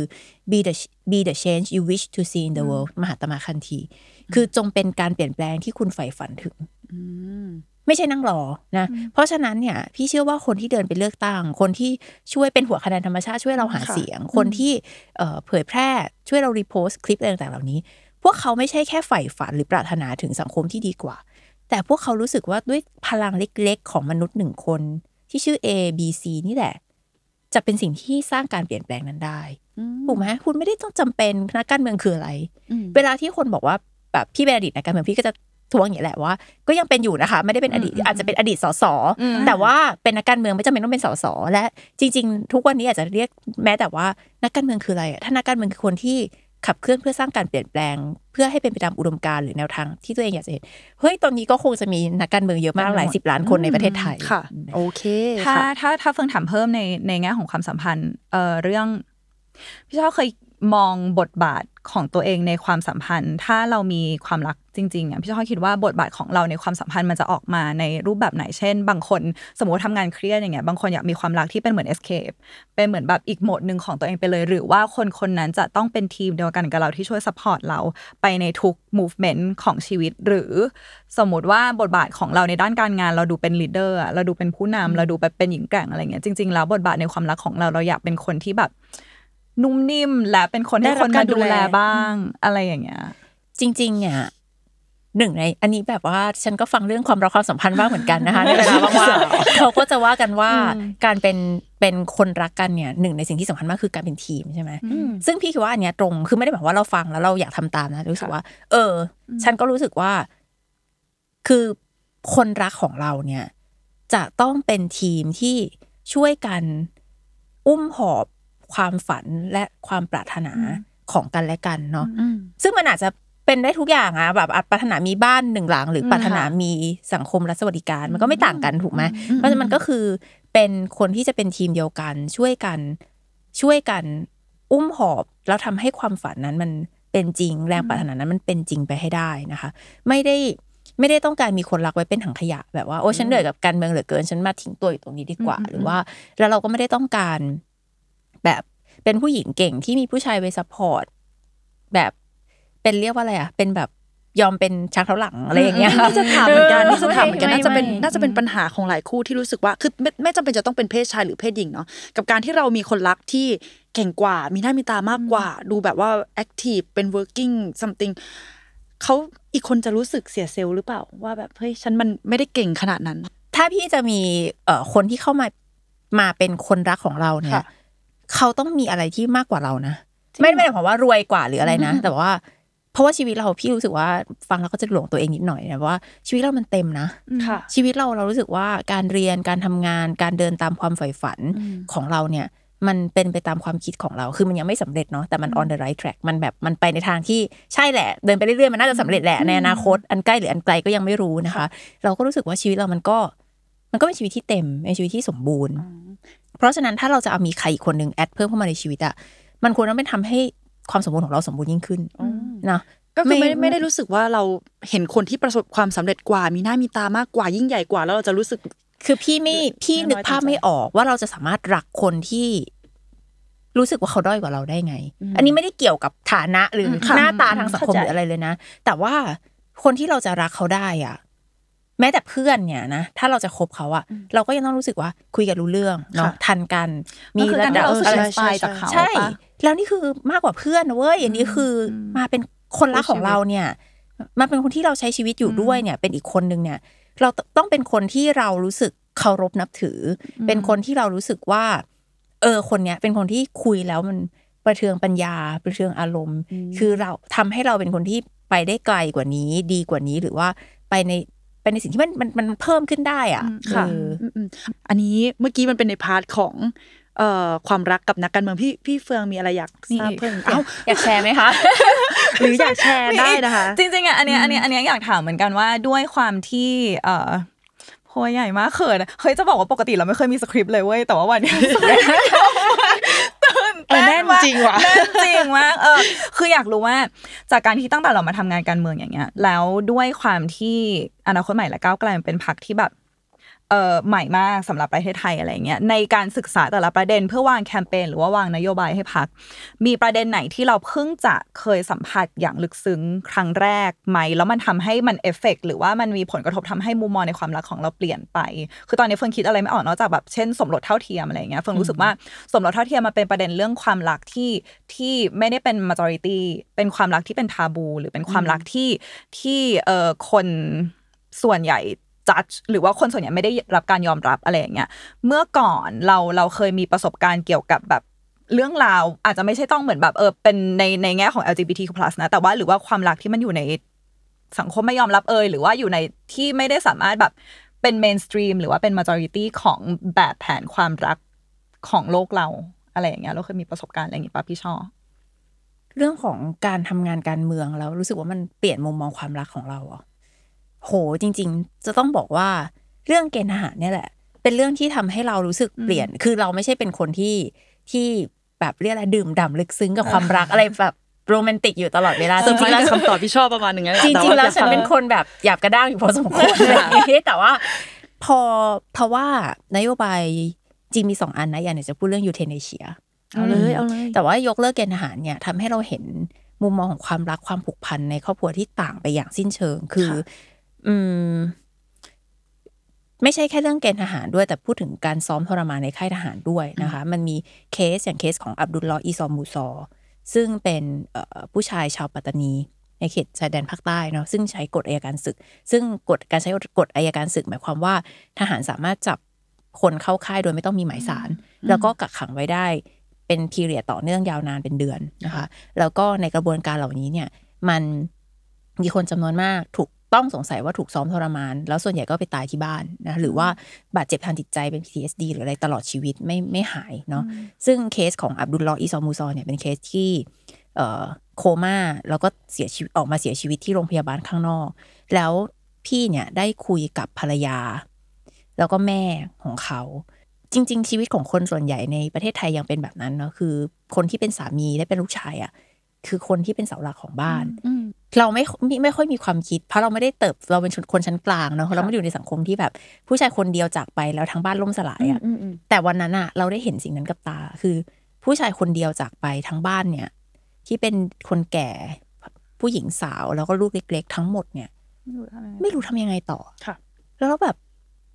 be the change you wish to see in the world มหาตมะคันธีคือจงเป็นการเปลี่ยนแปลงที่คุณใฝ่ฝันถึงไม่ใช่นั่งรอนะเพราะฉะนั้นเนี่ยพี่เชื่อว่าคนที่เดินไปเลือกตั้งคนที่ช่วยเป็นหัวคะแนนธรรมชาติช่วยเราหาเสียงคนที่เผยแพร่ช่วยเรารีโพสต์คลิปอะไรต่างๆเหล่านี้พวกเขาไม่ใช่แค่ใฝ่ฝันหรือปรารถนาถึงสังคมที่ดีกว่าแต่พวกเขารู้สึกว่าด้วยพลังเล็กๆของมนุษย์1คนที่ชื่อ A B C นี่แหละจะเป็นสิ่งที่สร้างการเปลี่ยนแปลงนั้นได้ถูกไหมคุณไม่ได้ต้องจำเป็นนักการเมืองคืออะไรเวลาที่คนบอกว่าแบบพี่เป็นอดีตนักการเมืองพี่ก็จะทวงอย่างแหละว่าก็ยังเป็นอยู่นะคะไม่ได้เป็นอดีตอาจจะเป็นอดีตสสแต่ว่าเป็นนักการเมืองไม่จำเป็นต้องเป็นสสและจริงๆทุกวันนี้อาจจะเรียกแม้แต่ว่านักการเมืองคืออะไรถ้านักการเมืองคือคนที่ขับเคลื่อนเพื่อสร้างการเปลี่ยนแปลงเพื่อให้เป็นไปตามอุดมการณ์หรือแนวทางที่ตัวเองอยากจะเห็นเฮ้ยตอนนี้ก็คงจะมีนักการเมืองเยอะมากหลาย10 ล้านคนในประเทศไทยค่ะโอเคถ้าเฟิงถามเพิ่มในแง่ของความสัมพันธ์เรื่องพี่ชอบเคยมองบทบาทของตัวเองในความสัมพันธ์ถ้าเรามีความรักจริงๆพี่ชอบคิดว่าบทบาทของเราในความสัมพันธ์มันจะออกมาในรูปแบบไหนเช่นบางคนสมมติทำงานเครียดอย่างเงี้ยบางคนอยากมีความรักที่เป็นเหมือน escape เป็นเหมือนแบบอีกโหมดนึงของตัวเองไปเลยหรือว่าคนนั้นจะต้องเป็นทีมเดียวกันกับเราที่ช่วยซัพพอร์ตเราไปในทุก movement ของชีวิตหรือสมมติว่าบทบาทของเราในด้านการงานเราดูเป็น leader เราดูเป็นผู้นำเราดูแบบเป็นหญิงแกร่งอะไรเงี้ยจริงๆแล้วบทบาทในความรักของเราอยากเป็นคนที่แบบนุ่มนิ่มและเป็นคนที่คนมาดูแลบ้างอะไรอย่างเงี้ยจริงๆเนี่ย1ในอันนี้แบบว่าฉันก็ฟังเรื่องความรักความสัมพันธ์บ้างเหมือนกันนะคะในเวลาว่างๆเขาก็จะว่ากันว่าการเป็นคนรักกันเนี่ย1ในสิ่งที่สำคัญมากคือการเป็นทีมใช่ไหมซึ่งพี่คิดว่าอันเนี้ยตรงคือไม่ได้แบบว่าเราฟังแล้วเราอยากทำตามนะรู้สึกว่าฉันก็รู้สึกว่าคือคนรักของเราเนี่ยจะต้องเป็นทีมที่ช่วยกันอุ้มหอบความฝันและความปรารถนาของกันและกันเนาะซึ่งมันอาจจะเป็นได้ทุกอย่างอะแบบปรารถนามีบ้าน1 หลังหรือปรารถนามีสังคมและสวัสดิการมันก็ไม่ต่างกันถูกไหมเพราะฉะนั้นมันก็คือเป็นคนที่จะเป็นทีมเดียวกันช่วยกันอุ้มหอบแล้วทำให้ความฝันนั้นมันเป็นจริงแรงปรารถนานั้นมันเป็นจริงไปให้ได้นะคะไม่ได้ต้องการมีคนรักไว้เป็นถังขยะแบบว่าโอ้ฉันเหนื่อยกับการเมืองเหลือเกินฉันมาทิ้งตัวอยู่ตรงนี้ดีกว่าหรือว่าแล้วเราก็ไม่ได้ต้องการแบบเป็นผู้หญิงเก่งที่มีผู้ชายไว้ซัพพอร์ตแบบเป็นเรียกว่าอะไรอ่ะเป็นแบบยอมเป็นชักเท้าหลังอะไรอย่างเงี้ยนี่จะถามเหมือนกันน่าจะเป็นปัญหาของหลายคู่ที่รู้สึกว่าคือไม่จำเป็นจะต้องเป็นเพศชายหรือเพศหญิงเนาะกับการที่เรามีคนรักที่เก่งกว่ามีหน้ามีตามากกว่าดูแบบว่าแอคทีฟเป็น working something เขาอีกคนจะรู้สึกเสียเซลล์หรือเปล่าว่าแบบเฮ้ยฉันมันไม่ได้เก่งขนาดนั้นถ้าพี่จะมีคนที่เข้ามาเป็นคนรักของเราเนี่ยเขาต้องมีอะไรที่มากกว่าเรานะไม่ได้หมายความว่ารวยกว่าหรืออะไรนะแต่ว่าเพราะว่าชีวิตเราพี่รู้สึกว่าฟังแล้วก็จะหลงตัวเองนิดหน่อยนะว่าชีวิตเรามันเต็มนะชีวิตเรารู้สึกว่าการเรียนการทำงานการเดินตามความใฝ่ฝันของเราเนี่ยมันเป็นไปตามความคิดของเราคือมันยังไม่สำเร็จเนาะแต่มัน on the right track มันแบบมันไปในทางที่ใช่แหละเดินไปเรื่อยๆมันน่าจะสำเร็จแหละในอนาคตอันใกล้หรืออันไกลก็ยังไม่รู้นะคะเราก็รู้สึกว่าชีวิตเรามันก็เป็นชีวิตที่เต็มเป็นชีวิตที่สมบูรณ์เพราะฉะนั้นถ้าเราจะเอามีใครอีกคนนึงแอดเพิ่มเข้ามาในชีวิตอะมันควรต้องเป็นทำให้ความสมบูรณ์ของเราสมบูรณ์ยิ่งขึ้นนะก็คือไม่ได้รู้สึกว่าเราเห็นคนที่ประสบความสำเร็จกว่ามีหน้ามีตามากกว่ายิ่งใหญ่กว่าแล้วเราจะรู้สึกคือพี่นึกภาพไม่ออกว่าเราจะสามารถรักคนที่รู้สึกว่าเขาด้อยกว่าเราได้ไงอันนี้ไม่ได้เกี่ยวกับฐานะหรือหน้าตาทางสังคมหรืออะไรเลยนะแต่ว่าคนที่เราจะรักเขาได้อ่ะแม้แต่เพื่อนเนี่ยนะถ้าเราจะคบเขาอะเราก็ยังต้องรู้สึกว่าคุยกันรู้เรื่องเนาะทันกันมีระดับอะไรจากเขาใช่แล้วนี่คือมากกว่าเพื่อนนะเว้ยอันนี้คือมาเป็นคนรักของเราเนี่ยมาเป็นคนที่เราใช้ชีวิตอยู่ด้วยเนี่ยเป็นอีกคนนึงเนี่ยเราต้องเป็นคนที่เรารู้สึกเคารพนับถือเป็นคนที่เรารู้สึกว่าคนเนี้ยเป็นคนที่คุยแล้วมันประเทืองปัญญาประเทืองอารมณ์คือเราทำให้เราเป็นคนที่ไปได้ไกลกว่านี้ดีกว่านี้หรือว่าไปในสิ่งที่มันเพิ่มขึ้นได้อ่ะค่ะอันนี้เมื่อกี้มันเป็นในพาร์ทของความรักกับนักการเมืองพี่เฟืองมีอะไรอยากทราบเพิ่มอยากแชร์ไหมคะหรืออยากแชร์ได้นะคะจริงๆอ่ะอันนี้อยากถามเหมือนกันว่าด้วยความที่โหใหญ่มากเขินเฮ้ยจะบอกว่าปกติเราไม่เคยมีสคริปต์เลยเว้ยแต่ว่าวันนี้แน่นจริงว่ะแน่นจริงมากคืออยากรู้ว่าจากการที่ตั้งแต่เรามาทำงานการเมืองอย่างเงี้ยแล้วด้วยความที่อนาคตใหม่และก้าวไกลมันเป็นพรรคที่แบบใหม่มากสำหรับประเทศไทยอะไรเงี้ยในการศึกษาแต่ละประเด็นเพื่อวางแคมเปญหรือว่าวางนโยบายให้พรรคมีประเด็นไหนที่เราเพิ่งจะเคยสัมผัสอย่างลึกซึ้งครั้งแรกไหมแล้วมันทำให้มันเอฟเฟกต์หรือว่ามันมีผลกระทบทำให้มุมมองในความรักของเราเปลี่ยนไปคือตอนนี้เฟิร์นคิดอะไรไม่ออกนอกจากแบบเช่นสมรสเท่าเทียมอะไรเงี้ยเฟิร์นรู้สึกว่าสมรสเท่าเทียมมันเป็นประเด็นเรื่องความรักที่ไม่ได้เป็น majority เป็นความรักที่เป็นทาบูหรือเป็นความรักที่คนส่วนใหญ่จัดหรือว่าคนส่วนใหญ่ไม่ได้รับการยอมรับอะไรอย่างเงี้ยเมื่อก่อนเราเคยมีประสบการณ์เกี่ยวกับแบบเรื่องราวอาจจะไม่ใช่ต้องเหมือนแบบเป็นในแง่ของ LGBTQ+ นะแต่ว่าหรือว่าความรักที่มันอยู่ในสังคมไม่ยอมรับหรือว่าอยู่ในที่ไม่ได้สามารถแบบเป็นเมนสตรีมหรือว่าเป็น majority ของแบบแผนความรักของโลกเราอะไรอย่างเงี้ยเราเคยมีประสบการณ์อะไรอย่างงี้ป่ะพี่ช่อเรื่องของการทำงานการเมืองแล้วรู้สึกว่ามันเปลี่ยนมุมมองความรักของเราอ่ะโหจริงๆจะต้องบอกว่าเรื่องเกณฑ์ทหารเนี่ยแหละเป็นเรื่องที่ทำให้เรารู้สึกเปลี่ยนคือเราไม่ใช่เป็นคนที่แบบเรียกอะไรดื่มด่ำลึกซึ้งกับความรักอะไรแบบโรแมนติกอยู่ตลอดเวลาจริงๆแล้วคำตอบพี่ชอบประมาณนึงจริงๆแล้วฉันเป็นคนแบบหยาบกระด้างอยู่พอสมควรแต่ว่าเพราะว่านโยบายจริงมี2อันนะอย่างจะพูดเรื่องยูเทเนเชียเอาเลยแต่ว่ายกเลิกเกณฑ์ทหารเนี่ยทำให้เราเห็นมุมมองของความรักความผูกพันในครอบครัวที่ต่างไปอย่างสิ้นเชิงคือไม่ใช่แค่เรื่องเกณฑ์ทหารด้วยแต่พูดถึงการซ้อมทรมานในค่ายทหารด้วยนะคะมันมีเคสอย่างเคสของอับดุลลอฮ์อีซอมูซอซึ่งเป็นผู้ชายชาวปัตตานีในเขตชายแดนภาคใต้เนาะซึ่งใช้กฎอัยการศึกซึ่งการใช้กฎอัยการศึกหมายความว่าทหารสามารถจับคนเข้าค่ายโดยไม่ต้องมีหมายสารแล้วก็กักขังไว้ได้เป็นพีเรียดต่อเนื่องยาวนานเป็นเดือนนะคะแล้วก็ในกระบวนการเหล่านี้เนี่ยมันมีคนจำนวนมากถูกต้องสงสัยว่าถูกซ้อมทรมานแล้วส่วนใหญ่ก็ไปตายที่บ้านนะหรือว่าบาดเจ็บทางจิตใจเป็น PTSD หรืออะไรตลอดชีวิตไม่หายเนาะซึ่งเคสของอับดุลลอฮ์อีซอมูซอเนี่ยเป็นเคสที่โคม่าแล้วก็เสียชีวิตออกมาเสียชีวิตที่โรงพยาบาลข้างนอกแล้วพี่เนี่ยได้คุยกับภรรยาแล้วก็แม่ของเขาจริงๆชีวิตของคนส่วนใหญ่ในประเทศไทยยังเป็นแบบนั้นเนาะคือคนที่เป็นสามีและเป็นลูกชายอ่ะคือคนที่เป็นเสาหลักของบ้านเราไม่ค่อยมีความคิดเพราะเราไม่ได้เราเป็นคนชั้นกลางเนาะเราไม่ได้อยู่ในสังคมที่แบบผู้ชายคนเดียวจากไปแล้วทั้งบ้านล่มสลายอ่ะแต่วันนั้นอ่ะเราได้เห็นสิ่งนั้นกับตาคือผู้ชายคนเดียวจากไปทั้งบ้านเนี่ยที่เป็นคนแก่ผู้หญิงสาวแล้วก็ลูกเล็กๆทั้งหมดเนี่ยไม่รู้ทำยังไงต่อแล้วเราแบบ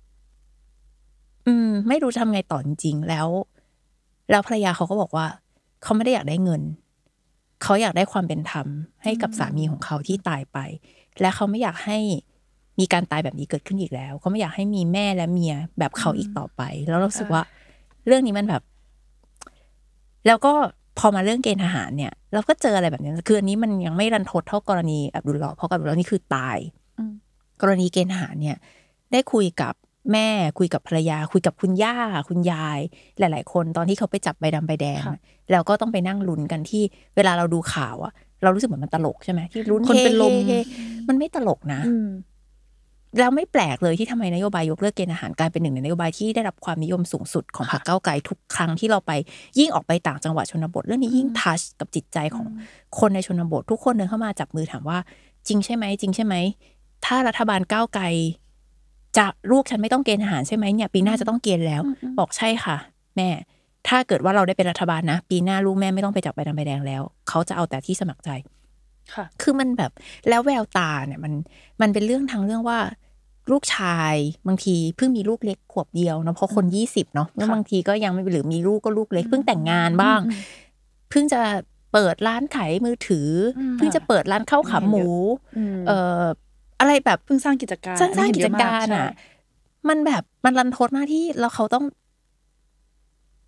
ไม่รู้ทำไงต่อจริงๆแล้วภรรยาเขาก็บอกว่าเขาไม่ได้อยากได้เงินเขาอยากได้ความเป็นธรรมให้กับสามีของเขาที่ตายไปและเขาไม่อยากให้มีการตายแบบนี้เกิดขึ้นอีกแล้วเขาไม่อยากให้มีแม่และเมียแบบเขาอีกต่อไปแล้วรู้สึกว่าเรื่องนี้มันแบบแล้วก็พอมาเรื่องเกณฑ์ทหารเนี่ยเราก็เจออะไรแบบนี้คืออันนี้มันยังไม่รันทดเท่ากรณีอับดุลลอฮ์เพราะอับดุลลอฮ์นี่คือตายกรณีเกณฑ์ทหารเนี่ยได้คุยกับแม่คุยกับภรรยาคุยกับคุณย่าคุณยายหลายๆคนตอนที่เขาไปจับใบดำใบแดงแล้วก็ต้องไปนั่งลุ้นกันที่เวลาเราดูข่าวอะเรารู้สึกเหมือนมันตลกใช่ไหมที่ลุ้นคนเป็นลมมันไม่ตลกนะแล้วไม่แปลกเลยที่ทำไมนโยบายยกเลิกเกณฑ์ทหารกลายเป็นหนึ่งในนโยบายที่ได้รับความนิยมสูงสุดของพรรคก้าวไกลทุกครั้งที่เราไปยิ่งออกไปต่างจังหวัดชนบทเรื่องนี้ยิ่งทัชกับจิตใจของคนในชนบททุกคนเดินเข้ามาจับมือถามว่าจริงใช่ไหมจริงใช่ไหมถ้ารัฐบาลก้าวไกลจะลูกฉันไม่ต้องเกณฑ์ทหารใช่ไหมเนี่ยปีหน้าจะต้องเกณฑ์แล้วบอกใช่ค่ะแม่ถ้าเกิดว่าเราได้เป็นรัฐบาลนะปีหน้าลูกแม่ไม่ต้องไปจับใบดำใบแดงแล้วเขาจะเอาแต่ที่สมัครใจคือมันแบบแล้วแววตาเนี่ยมันเป็นเรื่องทางเรื่องว่าลูกชายบางทีเพิ่งมีลูกเล็กขวบเดียวเนาะเพราะคน20เนาะแล้วบางทีก็ยังไม่หรือมีลูกก็ลูกเล็กเพิ่งแต่งงานบ้างเพิ่งจะเปิดร้านขายมือถือเพิ่งจะเปิดร้านข้าวขาหมูอะไรแบบเพิ่งสร้างกิจการอ่ะมันแบบมันรันทดมากที่เราเขาต้องไป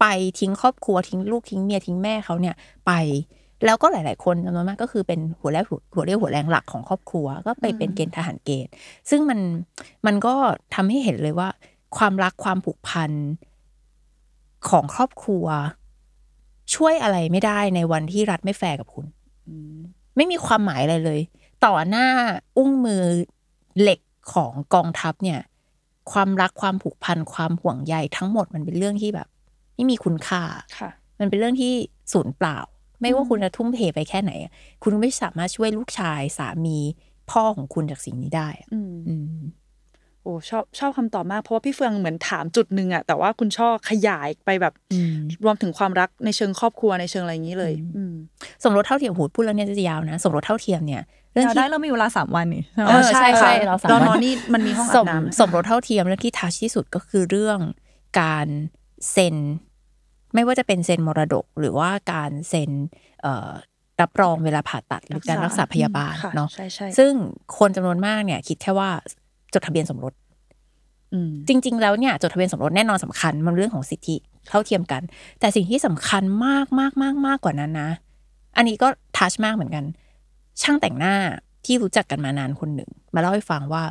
ไปทิ้งครอบครัวทิ้งลูกทิ้งเมียทิ้งแม่เขาเนี่ยไปแล้วก็หลายๆคนจำนวนมากก็คือเป็นหัวเรี่ยวหัวแรงหลักของครอบครัวก็ไปเป็นเกณฑ์ทหารเกณฑ์ซึ่งมันก็ทำให้เห็นเลยว่าความรักความผูกพันของครอบครัวช่วยอะไรไม่ได้ในวันที่รัฐไม่แฟร์กับคุณไม่มีความหมายอะไรเลยต่อหน้าอุ้งมือเหล็กของกองทัพเนี่ยความรักความผูกพันความห่วงใยทั้งหมดมันเป็นเรื่องที่แบบไม่มีคุณค่ามันเป็นเรื่องที่สูญเปล่าไม่ว่าคุณจะทุ่มเทไปแค่ไหนคุณไม่สามารถช่วยลูกชายสามีพ่อของคุณจากสิ่งนี้ได้โอ้ชอบคำตอบมากเพราะว่าพี่เฟืองเหมือนถามจุดนึงอะแต่ว่าคุณช่อขยายไปแบบรวมถึงความรักในเชิงครอบครัวในเชิงอะไรอย่างนี้เลยสมรสเท่าเทียมพูดแล้วเนี่ยจะยาวนะสมรสเท่าเทียมเนี่ยเรื่องที่เรามีเวลา3 วันนี่ใช่ค่ะเรา3 วันนี่มันมีห้องอาบน้ำสมรสเท่าเทียมเรื่องที่ทัชที่สุดก็คือเรื่องการเซ็นไม่ว่าจะเป็นเซ็นมรดกหรือว่าการเซ็นรับรองเวลาผ่าตัดหรือการรักษาพยาบาลเนาะซึ่งคนจำนวนมากเนี่ยคิดแค่ว่าจดทะเบียนสมรสจริงๆแล้วเนี่ยจดทะเบียนสมรสแน่นอนสำคัญมันเรื่องของสิทธิเท่าเทียมกันแต่สิ่งที่สำคัญมากมากมากมากกว่านั้นนะอันนี้ก็ทัชมากเหมือนกันช่างแต่งหน้าที่รู้จักกันมานานคนหนึ่งมาเล่าให้ฟังว่า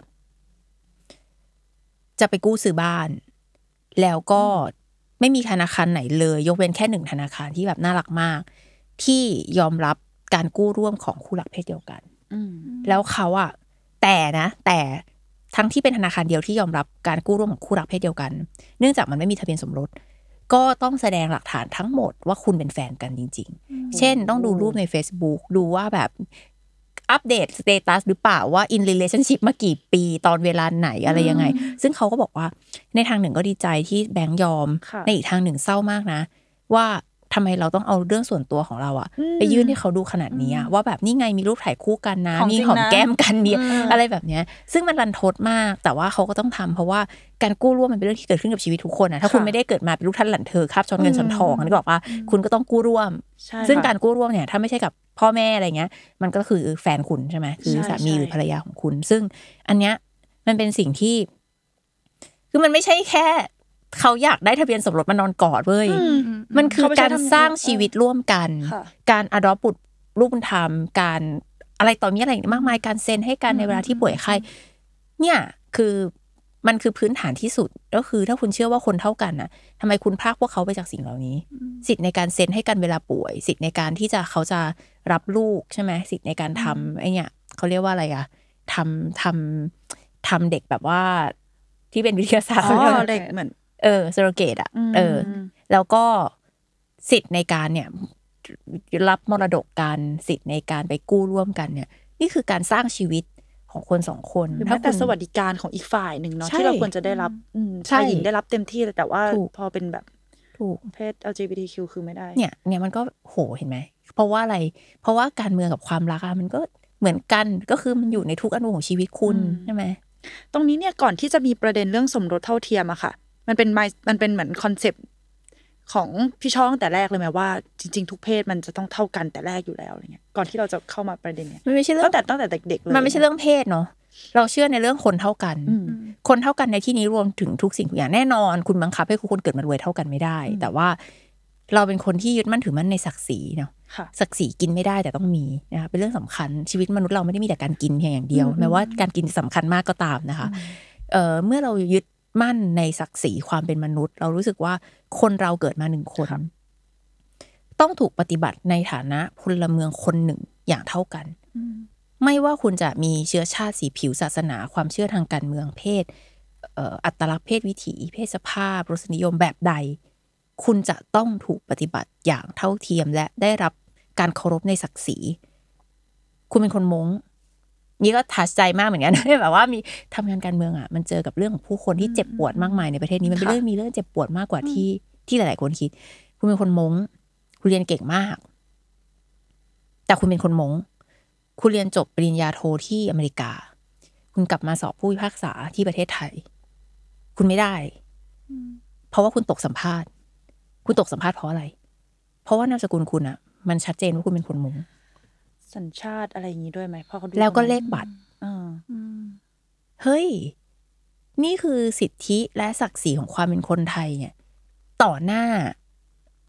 จะไปกู้ซื้อบ้านแล้วก็ไม่มีธนาคารไหนเลยยกเว้นแค่1ธนาคารที่แบบน่ารักมากที่ยอมรับการกู้ร่วมของคู่รักเพศเดียวกันแล้วเขาอะแต่ทั้งที่เป็นธนาคารเดียวที่ยอมรับการกู้ร่วมของคู่รักเพศเดียวกันเนื่องจากมันไม่มีทะเบียนสมรสก็ต้องแสดงหลักฐานทั้งหมดว่าคุณเป็นแฟนกันจริงๆเช่นต้องดูรูปใน Facebook ดูว่าแบบอัปเดตสเตตัสหรือเปล่าว่า in relationship มากี่ปีตอนเวลาไหนอะไรยังไงซึ่งเขาก็บอกว่าในทางหนึ่งก็ดีใจที่แบงค์ยอมในอีกทางหนึ่งเศร้ามากนะว่าทำไมเราต้องเอาเรื่องส่วนตัวของเราอะไปยื่นให้เขาดูขนาดนี้ว่าแบบนี่ไงมีรูปถ่ายคู่กันนะมีหอมแก้มกันเนี่ยอะไรแบบเนี้ยซึ่งมันรันทดมากแต่ว่าเขาก็ต้องทำเพราะว่าการกู้ร่วมมันเป็นเรื่องที่เกิดขึ้นกับชีวิตทุกคนนะถ้าคุณไม่ได้เกิดมาเป็นลูกท่านหลันเธอคาบช้อนเงินช้อนทองนี่บอกว่าคุณก็ต้องกู้ร่วมซึ่งการกู้ร่วมเนี่ยถ้าไม่ใช่กับพ่อแม่อะไรเงี้ยมันก็คือแฟนคุณใช่ไหมคือสามีหรือภรรยาของคุณซึ่งอันเนี้ยมันเป็นสิ่งที่คือมันไม่ใช่แค่เขาอยากได้ทะเบียนสมรสมานอนกอดเว้ยมันคือการสร้างชีวิตร่วมกันการอดอปบุตรลูกบุญธรรมการอะไรต่อมีอะไรมากมายการเซ็นให้กันในเวลาที่ป่วยไข้เนี่ยคือมันคือพื้นฐานที่สุดก็คือถ้าคุณเชื่อว่าคนเท่ากันน่ะทำไมคุณพรากพวกเขาไปจากสิ่งเหล่านี้สิทธิ์ในการเซ็นให้กันเวลาป่วยสิทธิ์ในการที่เขาจะรับลูกใช่ไหมสิทธิ์ในการทำไอ้เนี่ยเขาเรียกว่าอะไรอะทำเด็กแบบว่าที่เป็นวิทยาศาสตร์เด็กเหมือนเซโรเกตอ่ะแล้วก็สิทธิ์ในการเนี่ยรับมรดกกันสิทธิ์ในการไปกู้ร่วมกันเนี่ยนี่คือการสร้างชีวิตของคน2 คนถ้าแต่สวัสดิการของอีกฝ่ายหนึ่งเนาะที่เราควรจะได้รับชายหญิงได้รับเต็มที่แต่ว่าพอเป็นแบบเพศ LGBTQ คือไม่ได้เนี่ยมันก็โหเห็นไหมเพราะว่าอะไรเพราะว่าการเมืองกับความรักมันก็เหมือนกันก็คือมันอยู่ในทุกอนูของชีวิตคุณใช่ไหมตรงนี้เนี่ยก่อนที่จะมีประเด็นเรื่องสมรสเท่าเทียมอะค่ะมันเป็นเหมือนคอนเซปต์ของพี่ช่อตั้งแต่แรกเลยไหมว่าจริงๆทุกเพศมันจะต้องเท่ากันแต่แรกอยู่แล้วอะไรเงี้ยก่อนที่เราจะเข้ามาประเด็นเนี้ยมันไม่ใช่เรื่องตั้งแต่เด็กๆเลยมันไม่ใช่เรื่องเพศเนาะเราเชื่อในเรื่องคนเท่ากันคนเท่ากันในที่นี้รวมถึงทุกสิ่งทุกอย่างแน่นอนคุณบังคับให้ทุกคนเกิดมารวยเท่ากันไม่ได้แต่ว่าเราเป็นคนที่ยึดมั่นถือมั่นในศักดิ์ศรีเนาะศักดิ์ศรีกินไม่ได้แต่ต้องมีนะคะเป็นเรื่องสำคัญชีวิตมนุษย์เราไม่ได้มีแต่การกินเพียงอย่างเดียวแม้ว่าการกินสำคัญมากก็ตามนะคะเมื่อเรายึดมั่นในศักดิ์ศรีความเป็นมนุษย์เรารู้สึกว่าคนเราเกิดมา1 คนต้องถูกปฏิบัติในฐานะพลเมืองคนหนึ่งอย่างเท่ากันไม่ว่าคุณจะมีเชื้อชาติสีผิวศาสนาความเชื่อทางการเมืองเพศอัตลักษณ์เพศวิถีเพศสภาพรสนิยมแบบใดคุณจะต้องถูกปฏิบัติอย่างเท่าเทียมและได้รับการเคารพในศักดิ์ศรีคุณเป็นคนม้งนี่ก็ทัชใจมากเหมือนกันแบบว่ามีทำงานการเมืองอ่ะมันเจอกับเรื่องของผู้คนที่เจ็บปวดมากมายในประเทศนี้มันเป็นเรื่องมีเรื่องเจ็บปวดมากกว่าที่หลายๆคนคิดคุณเป็นคนม้งคุณเรียนเก่งมากแต่คุณเป็นคนม้งคุณเรียนจบปริญญาโทที่อเมริกาคุณกลับมาสอบผู้พิพากษาที่ประเทศไทยคุณไม่ได้เพราะว่าคุณตกสัมภาษณ์คุณตกสัมภาษณ์เพราะอะไรเพราะว่านามสกุลคุณอ่ะมันชัดเจนว่าคุณเป็นคนม้งสัญชาติอะไรอย่างนี้ด้วยไหมพ่อเขาดูแล้วก็เลขบัตรเฮ้ยนี่คือสิทธิและศักดิ์ศรีของความเป็นคนไทยเนี่ยต่อหน้า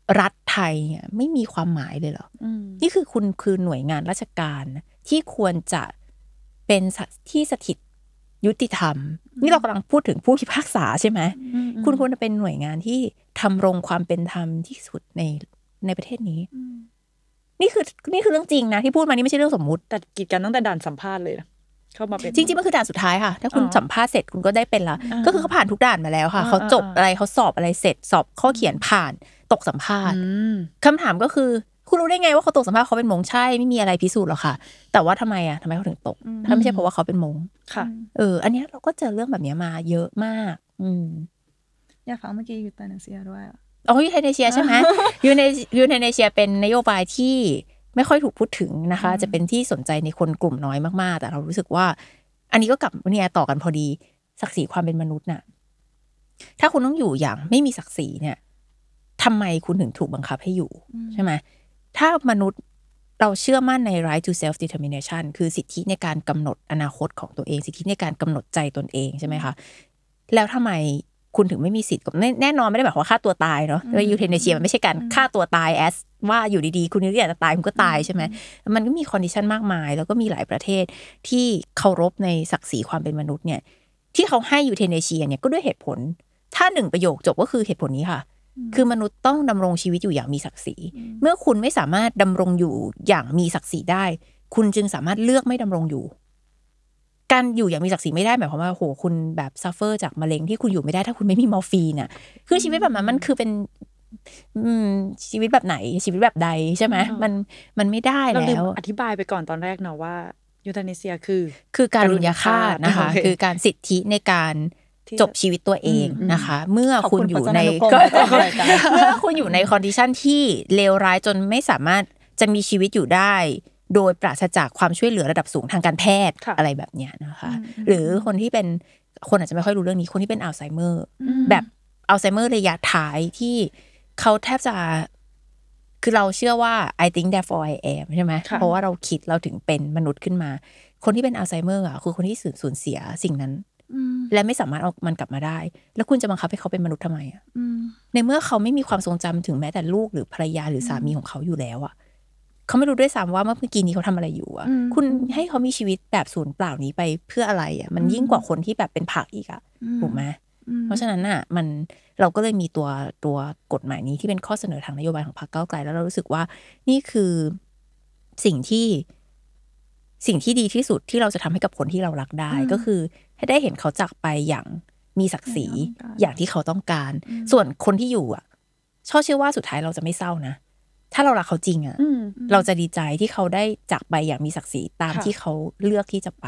รัฐไทยเนี่ยไม่มีความหมายเลยเหรอนี่คือคุณคือหน่วยงานราชการที่ควรจะเป็นที่สถิตยุติธรรมนี่เรากำลังพูดถึงผู้พิพากษาใช่ไหมคุณควรจะเป็นหน่วยงานที่ทำรงความเป็นธรรมที่สุดในประเทศนี้นี่คือเรื่องจริงนะที่พูดมานี่ไม่ใช่เรื่องสมมุติแต่กีดกันตั้งแต่ด่านสัมภาษณ์เลยเข้ามาเป็นจริงๆมันคือด่านสุดท้ายค่ะถ้าคุณสัมภาษณ์เสร็จคุณก็ได้เป็นละก็คือเขาผ่านทุกด่านมาแล้วค่ะเขาจบอะไรเขาสอบอะไรเสร็จสอบข้อเขียนผ่านตกสัมภาษณ์คำถามก็คือคุณรู้ได้ไงว่าเขาตกสัมภาษณ์เขาเป็นมงใช่ไม่มีอะไรพิสูจน์หรอกค่ะแต่ว่าทำไมเขาถึงตกถ้าไม่ใช่เพราะว่าเขาเป็นมงค่ะอันนี้เราก็เจอเรื่องแบบนี้มาเยอะมากอยากฟังเมื่อกี้ยูเทเนเซียด้วยยูเทเนเซียใช่ไหมยูเทเนเซียเป็นนโยบายที่ไม่ค่อยถูกพูดถึงนะคะจะเป็นที่สนใจในคนกลุ่มน้อยมากๆแต่เรารู้สึกว่าอันนี้ก็กลับเนี่ยต่อกันพอดีศักดิ์ศรีความเป็นมนุษย์น่ะถ้าคุณต้องอยู่อย่างไม่มีศักดิ์ศรีเนี่ยทำไมคุณถึงถูกบังคับให้อยู่ใช่ไหมถ้ามนุษย์เราเชื่อมั่นใน right to self determination คือสิทธิในการกำหนดอนาคตของตัวเองสิทธิในการกำหนดใจตนเองใช่ไหมคะแล้วทำไมคุณถึงไม่มีสิทธิ์แน่นอนไม่ได้หมายความว่าฆ่าตัวตายเนาะในยูเทเนเซียมันไม่ใช่การฆ่าตัวตายแอสว่าอยู่ดีๆคุณนึกอยากจะตายคุณก็ตายใช่ไหมมันก็มีคอนดิชันมากมายแล้วก็มีหลายประเทศที่เคารพในศักดิ์ศรีความเป็นมนุษย์เนี่ยที่เขาให้ยูเทเนเซียเนี่ยก็ด้วยเหตุผลถ้า1ประโยคจบก็คือเหตุผลนี้ค่ะคือมนุษย์ต้องดำรงชีวิตอยู่อย่างมีศักดิ์ศรีเมื่อคุณไม่สามารถดำรงอยู่อย่างมีศักดิ์ศรีได้คุณจึงสามารถเลือกไม่ดำรงอยู่การอยู่อย่างมีศักดิ์ศรีไม่ได้หมายความว่าโหคุณแบบซัฟเฟอร์จากมะเร็งที่คุณอยู่ไม่ได้ถ้าคุณไม่มีมอร์ฟีนน่ะคือชีวิตแบบนั้นมันคือเป็นชีวิตแบบไหนชีวิตแบบใดใช่ไหมมันไม่ได้แล้วอธิบายไปก่อนตอนแรกเนาะว่ายูเทเนเซียคือการรุญยฆาตนะคะคือการสิทธิในการจบชีวิตตัวเองนะคะเมื่อคุณอยู่ในเมื่อคุณอยู่ในคอนดิชันที่เลวร้ายจนไม่สามารถจะมีชีวิตอยู่ได้โดยปราศจากความช่วยเหลือระดับสูงทางการแพทย์อะไรแบบเนี้ยนะคะหรือคนที่เป็นคนอาจจะไม่ค่อยรู้เรื่องนี้คนที่เป็นอัลไซเมอร์แบบอัลไซเมอร์ระยะท้ายที่เขาแทบจะคือเราเชื่อว่า I think therefore I am ใช่ไหมเพราะว่าเราคิดเราถึงเป็นมนุษย์ขึ้นมาคนที่เป็นอัลไซเมอร์อ่ะคือคนที่สูญเสียสิ่งนั้นและไม่สามารถเอามันกลับมาได้แล้วคุณจะบังคับให้เขาเป็นมนุษย์ทำไมอ่ะในเมื่อเขาไม่มีความทรงจำถึงแม้แต่ลูกหรือภรรยาหรือสามีของเขาอยู่แล้วอ่ะเขาไม่รู้ด้วยซ้ำว่าเมื่อกี้นี้เขาทำอะไรอยู่อ่ะคุณให้เขามีชีวิตแบบศูนย์เปล่านี้ไปเพื่ออะไรอ่ะมันยิ่งกว่าคนที่แบบเป็นผักอีกอ่ะถูกไหมเพราะฉะนั้นน่ะเราก็เลยมีตัวกฎหมายนี้ที่เป็นข้อเสนอทางนโยบายของพรรคก้าวไกลแล้วเรารู้สึกว่านี่คือสิ่งที่ดีที่สุดที่เราจะทำให้กับคนที่เรารักได้ก็คือให้ได้เห็นเขาจากไปอย่างมีศักดิ์ศรีอย่างที่เขาต้องการส่วนคนที่อยู่อ่ะเชื่อว่าสุดท้ายเราจะไม่เศร้านะถ้าเรารักเขาจริงอ่ะเราจะดีใจที่เขาได้จากไปอย่างมีศักดิ์ศรีตามที่เขาเลือกที่จะไป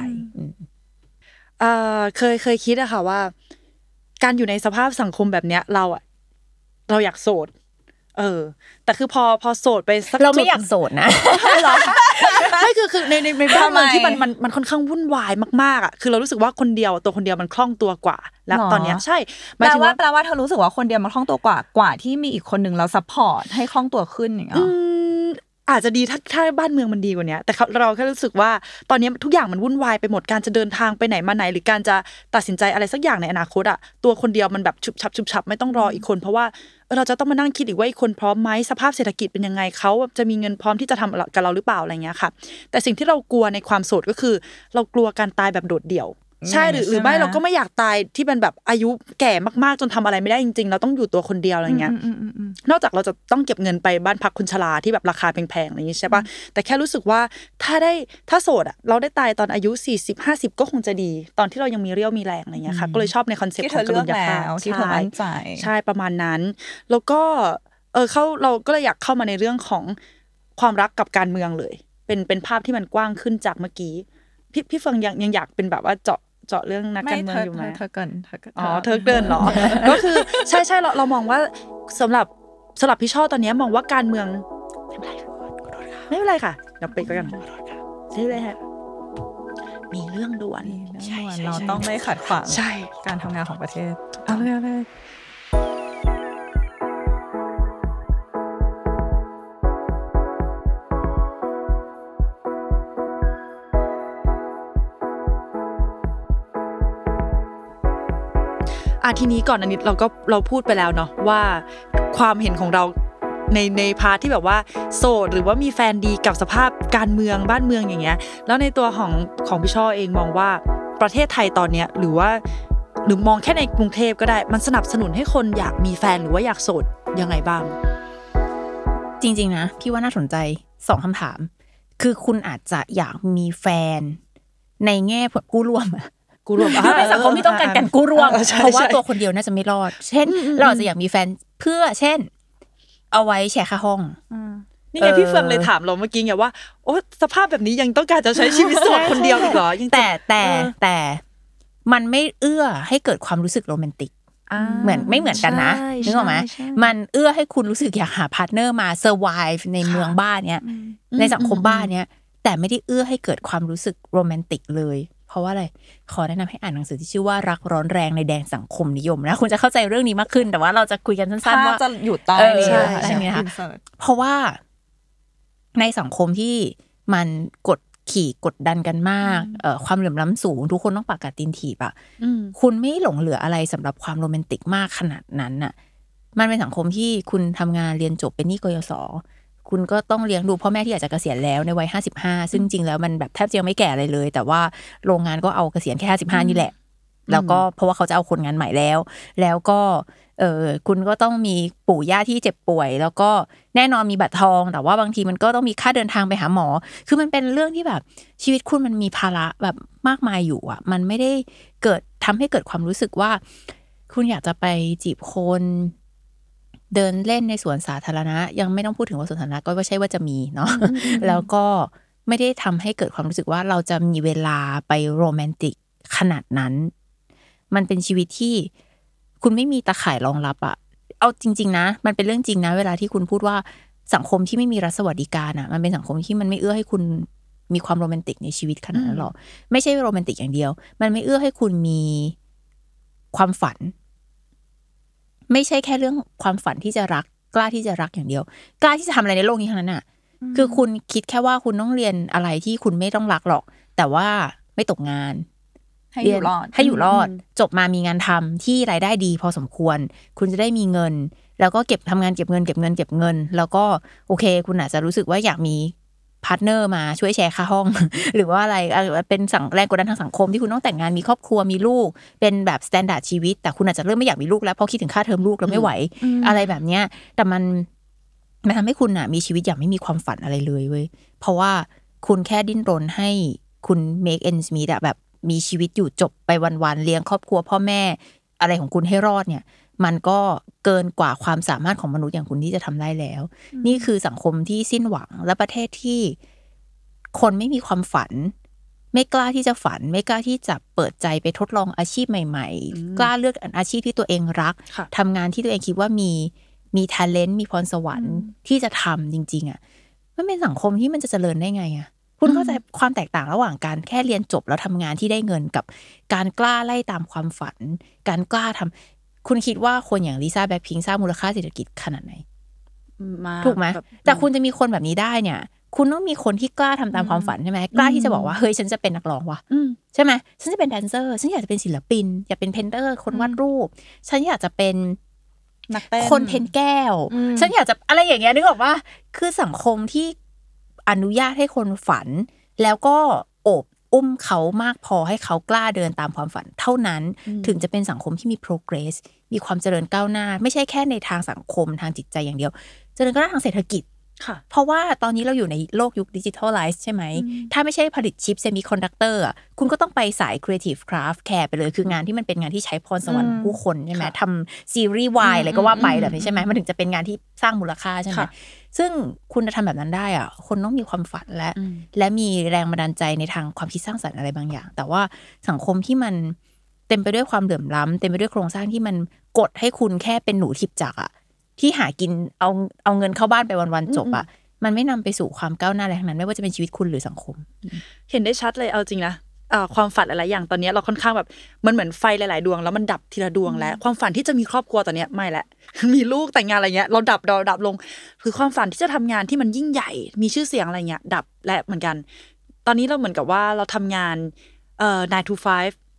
เคยคิดอะค่ะว่าการอยู่ในสภาพสังคมแบบเนี้ยเราอยากโสดแต่คือพอโสดไปสักเราไม่อยากโสดนะไม่คือในบ้านเมืองที่มันค่อนข้างวุ่นวายมากๆอ่ะคือเรารู้สึกว่าคนเดียวมันคล่องตัวกว่าแล้วตอนเนี้ยใช่แปลว่าเธอรู้สึกว่าคนเดียวมันคล่องตัวกว่าที่มีอีกคนนึงเราซัพพอร์ตให้คล่องตัวขึ้นอย่างเงี้ยอาจจะดีถ้าบ้านเมืองมันดีกว่านี้แต่เราแค่รู้สึกว่าตอนนี้ทุกอย่างมันวุ่นวายไปหมดการจะเดินทางไปไหนมาไหนหรือการจะตัดสินใจอะไรสักอย่างในอนาคตอ่ะตัวคนเดียวมันแบบชุบชับไม่ต้องรออีกคนเพราะว่าเราจะต้องมานั่งคิดอีกว่าอีกคนพร้อมไหมสภาพเศรษฐกิจเป็นยังไงเขาจะมีเงินพร้อมที่จะทำกับเราหรือเปล่าอะไรเงี้ยค่ะแต่สิ่งที่เรากลัวในความโสดก็คือเรากลัวการตายแบบโดดเดี่ยวใช่หรือไม่เราก็ไม่อยากตายที่เป็นแบบอายุแก่มากๆจนทำอะไรไม่ได้จริงๆเราต้องอยู่ตัวคนเดียวอะไรเงี้ยนอกจากเราจะต้องเก็บเงินไปบ้านพักคนชราที่แบบราคาแพงๆอะไรอย่างนี้ใช่ป่ะแต่แค่รู้สึกว่าถ้าโสดอ่ะเราได้ตายตอนอายุ40-50ก็คงจะดีตอนที่เรายังมีเรี่ยวมีแรงอะไรเงี้ยค่ะก็เลยชอบในคอนเซ็ปต์ของกรุณยภาพที่เธอมั่นใจใช่ประมาณนั้นแล้วก็เราก็เลยอยากเข้ามาในเรื่องของความรักกับการเมืองเลยเป็นภาพที่มันกว้างขึ้นจากเมื่อกี้พี่เฟิงยังอยากเป็นแบบว่าเจาะเรื่องนักการเมืองอยู่ไหมเธอเกินเธอเดินเหรอ ก็คือใช่เรามองว่าสำหรับพี่ช่อตอนนี้มองว่าการเมืองไม่เป็นไรค่ะเดี๋ยวไปกันใช่เลยฮะมีเรื่องด่วนใช่เราต้องไม่ขัดขวางการทำงานของประเทศเอาเลยทีนี้ก่อนอันนี้เราพูดไปแล้วเนาะว่าความเห็นของเราในพาร์ทที่แบบว่าโสดหรือว่ามีแฟนดีกับสภาพการเมืองบ้านเมืองอย่างเงี้ยแล้วในตัวของพี่ช่อเองมองว่าประเทศไทยตอนเนี้ยหรือมองแค่ในกรุงเทพก็ได้มันสนับสนุนให้คนอยากมีแฟนหรือว่าอยากโสดยังไงบ้างจริงๆนะพี่ว่าน่าสนใจ2คำถามคือคุณอาจจะอยากมีแฟนในแง่ผลกู้ร่วมในสังคมที่ต้องการกันกู้ร่วมเพราะว่าตัวคนเดียวน่าจะไม่รอดเช่นเราอาจจะอยากมีแฟนเพื่อเช่นเอาไว้แชร์ค่าห้องนี่ไงพี่เฟิร์นเลยถามเราเมื่อกี้ไงว่าโอ้สภาพแบบนี้ยังต้องการจะใช้ชีวิตโสดคนเดียวอีกเหรอแต่มันไม่เอื้อให้เกิดความรู้สึกโรแมนติกไม่เหมือนกันนะนึกออกไหมมันเอื้อให้คุณรู้สึกอยากหาพาร์ทเนอร์มาเซอร์ไวฟ์ในเมืองบ้านเนี้ยในสังคมบ้านเนี้ยแต่ไม่ได้เอื้อให้เกิดความรู้สึกโรแมนติกเลยเพราะว่าอะไรขอแนะนำให้อ่านหนังสือที่ชื่อว่ารักร้อนแรงในแดนสังคมนิยมนะคุณจะเข้าใจเรื่องนี้มากขึ้นแต่ว่าเราจะคุยกันสั้นๆว่าจะอยู่ใต้ใช่ไหมคะเพราะว่าในสังคมที่มันกดดันกันมากความเหลื่อมล้ำสูงทุกคนต้องปากกัดตีนถีบอ่ะคุณไม่หลงเหลืออะไรสำหรับความโรแมนติกมากขนาดนั้นน่ะมันเป็นสังคมที่คุณทำงานเรียนจบเป็นหนี้กยศคุณก็ต้องเลี้ยงดูพ่อแม่ที่อยากจะเกษียณแล้วในวัย55ซึ่งจริงแล้วมันแบบแทบจะยังไม่แก่อะไรเลยแต่ว่าโรงงานก็เอาเกษียณแค่55นี่แหละแล้วก็เพราะว่าเขาจะเอาคนงานใหม่แล้วก็คุณก็ต้องมีปู่ย่าที่เจ็บป่วยแล้วก็แน่นอนมีบัตรทองแต่ว่าบางทีมันก็ต้องมีค่าเดินทางไปหาหมอคือมันเป็นเรื่องที่แบบชีวิตคุณมันมีภาระแบบมากมายอยู่อ่ะมันไม่ได้ทำให้เกิดความรู้สึกว่าคุณอยากจะไปจีบคนเดินเล่นในสวนสาธารณะยังไม่ต้องพูดถึงว่าสวนสาธารณะก็ไม่ใช่ว่าจะมีเนาะแล้วก็ไม่ได้ทำให้เกิดความรู้สึกว่าเราจะมีเวลาไปโรแมนติกขนาดนั้นมันเป็นชีวิตที่คุณไม่มีตะข่ายรองรับอะเอาจริงๆนะมันเป็นเรื่องจริงนะเวลาที่คุณพูดว่าสังคมที่ไม่มีรัฐสวัสดิการอะมันเป็นสังคมที่มันไม่เอื้อให้คุณมีความโรแมนติกในชีวิตขนาดนั้นหรอกไม่ใช่โรแมนติกอย่างเดียวมันไม่เอื้อให้คุณมีความฝันไม่ใช่แค่เรื่องความฝันที่จะรักกล้าที่จะรักอย่างเดียวกล้าที่จะทำอะไรในโลกนี้ทั้งนั้นน่ะคือคุณคิดแค่ว่าคุณต้องเรียนอะไรที่คุณไม่ต้องรักหรอกแต่ว่าไม่ตกงานให้อยู่รอดจบมามีงานทำที่รายได้ดีพอสมควรคุณจะได้มีเงินแล้วก็ทำงานเก็บเงินแล้วก็โอเคคุณอาจจะรู้สึกว่าอยากมีพาร์ทเนอร์มาช่วยแชร์ค่าห้อง หรือว่าอะไรเป็นแรงกดดันทางสังคมที่คุณต้องแต่งงานมีครอบครัวมีลูกเป็นแบบสแตนดาร์ดชีวิตแต่คุณอาจจะเริ่มไม่อยากมีลูกแล้วเพราะคิดถึงค่าเทอมลูกแล้วไม่ไหวอะไรแบบเนี้ยแต่มันทำให้คุณมีชีวิตอย่างไม่มีความฝันอะไรเลยเว้ยเพราะว่าคุณแค่ดิ้นรนให้คุณ make ends meet แบบมีชีวิตอยู่จบไปวันๆเลี้ยงครอบครัวพ่อแม่อะไรของคุณให้รอดเนี่ยมันก็เกินกว่าความสามารถของมนุษย์อย่างคุณที่จะทำได้แล้วนี่คือสังคมที่สิ้นหวังและประเทศที่คนไม่มีความฝันไม่กล้าที่จะฝันไม่กล้าที่จะเปิดใจไปทดลองอาชีพใหม่ๆกล้าเลือกอาชีพที่ตัวเองรักทำงานที่ตัวเองคิดว่ามี talent มีพรสวรรค์ที่จะทำจริงๆอ่ะมันเป็นสังคมที่มันจะเจริญได้ไงอ่ะคุณเข้าใจความแตกต่างระหว่างการแค่เรียนจบแล้วทำงานที่ได้เงินกับการกล้าไล่ตามความฝันการกล้าทำคุณคิดว่าคนอย่างลิซ่าแบล็คพิงค์สร้างมูลค่าเศรษฐกิจขนาดไหนถูกไหมแต่คุณจะมีคนแบบนี้ได้เนี่ยคุณต้องมีคนที่กล้าทำตามความฝันใช่ไหมกล้าที่จะบอกว่าเฮ้ยฉันจะเป็นนักร้องว่ะใช่ไหมฉันจะเป็นแดนเซอร์ฉันอยากจะเป็นศิลปินอยากเป็นเพนเตอร์คนวาดรูปฉันอยากจะเป็นนักเต้นคนเพ้นแก้วฉันอยากจะอะไรอย่างเงี้ยนึกออกว่าคือสังคมที่อนุญาตให้คนฝันแล้วก็โอบอุ้มเขามากพอให้เขากล้าเดินตามความฝันเท่านั้นถึงจะเป็นสังคมที่มี progress มีความเจริญก้าวหน้าไม่ใช่แค่ในทางสังคมทางจิตใจอย่างเดียวเจริญก้าวหน้าทางเศรษฐกิจเพราะว่าตอนนี้เราอยู่ในโลกยุคดิจิทัลไลซ์ใช่ไหมถ้าไม่ใช่ผลิตชิปเซมิคอนดักเตอร์คุณก็ต้องไปสาย Creative Craft แคร์ไปเลยคืองานที่มันเป็นงานที่ใช้พรสวรรค์ผู้คนใช่ไหมทำซีรีส์วายอะไรก็ว่าไปแบบนี้ใช่ไหมมันถึงจะเป็นงานที่สร้างมูลค่าใช่ไหมซึ่งคุณจะทำแบบนั้นได้คนต้องมีความฝันและมีแรงบันดาลใจในทางความคิดสร้างสรรค์อะไรบางอย่างแต่ว่าสังคมที่มันเต็มไปด้วยความเหลื่อมล้ำเต็มไปด้วยโครงสร้างที่มันกดให้คุณแค่เป็นหนูทิพจักรที่หากินเอาเงินเข้าบ้านไปวันๆจบมันไม่นำไปสู่ความก้าวหน้าอะไรทั้งนั้นไม่ว่าจะเป็นชีวิตคุณหรือสังคมเห็นได้ชัดเลยเอาจริงนะความฝันหลายๆอย่างตอนนี้เราค่อนข้างแบบมันเหมือนไฟหลายๆดวงแล้วมันดับทีละดวงแล้วความฝันที่จะมีครอบครัวตอนนี้ไม่ละมีลูกแต่งงานอะไรเงี้ยเราดับลงคือความฝันที่จะทำงานที่มันยิ่งใหญ่มีชื่อเสียงอะไรเงี้ยดับและเหมือนกันตอนนี้เราเหมือนกับว่าเราทำงาน9 to 5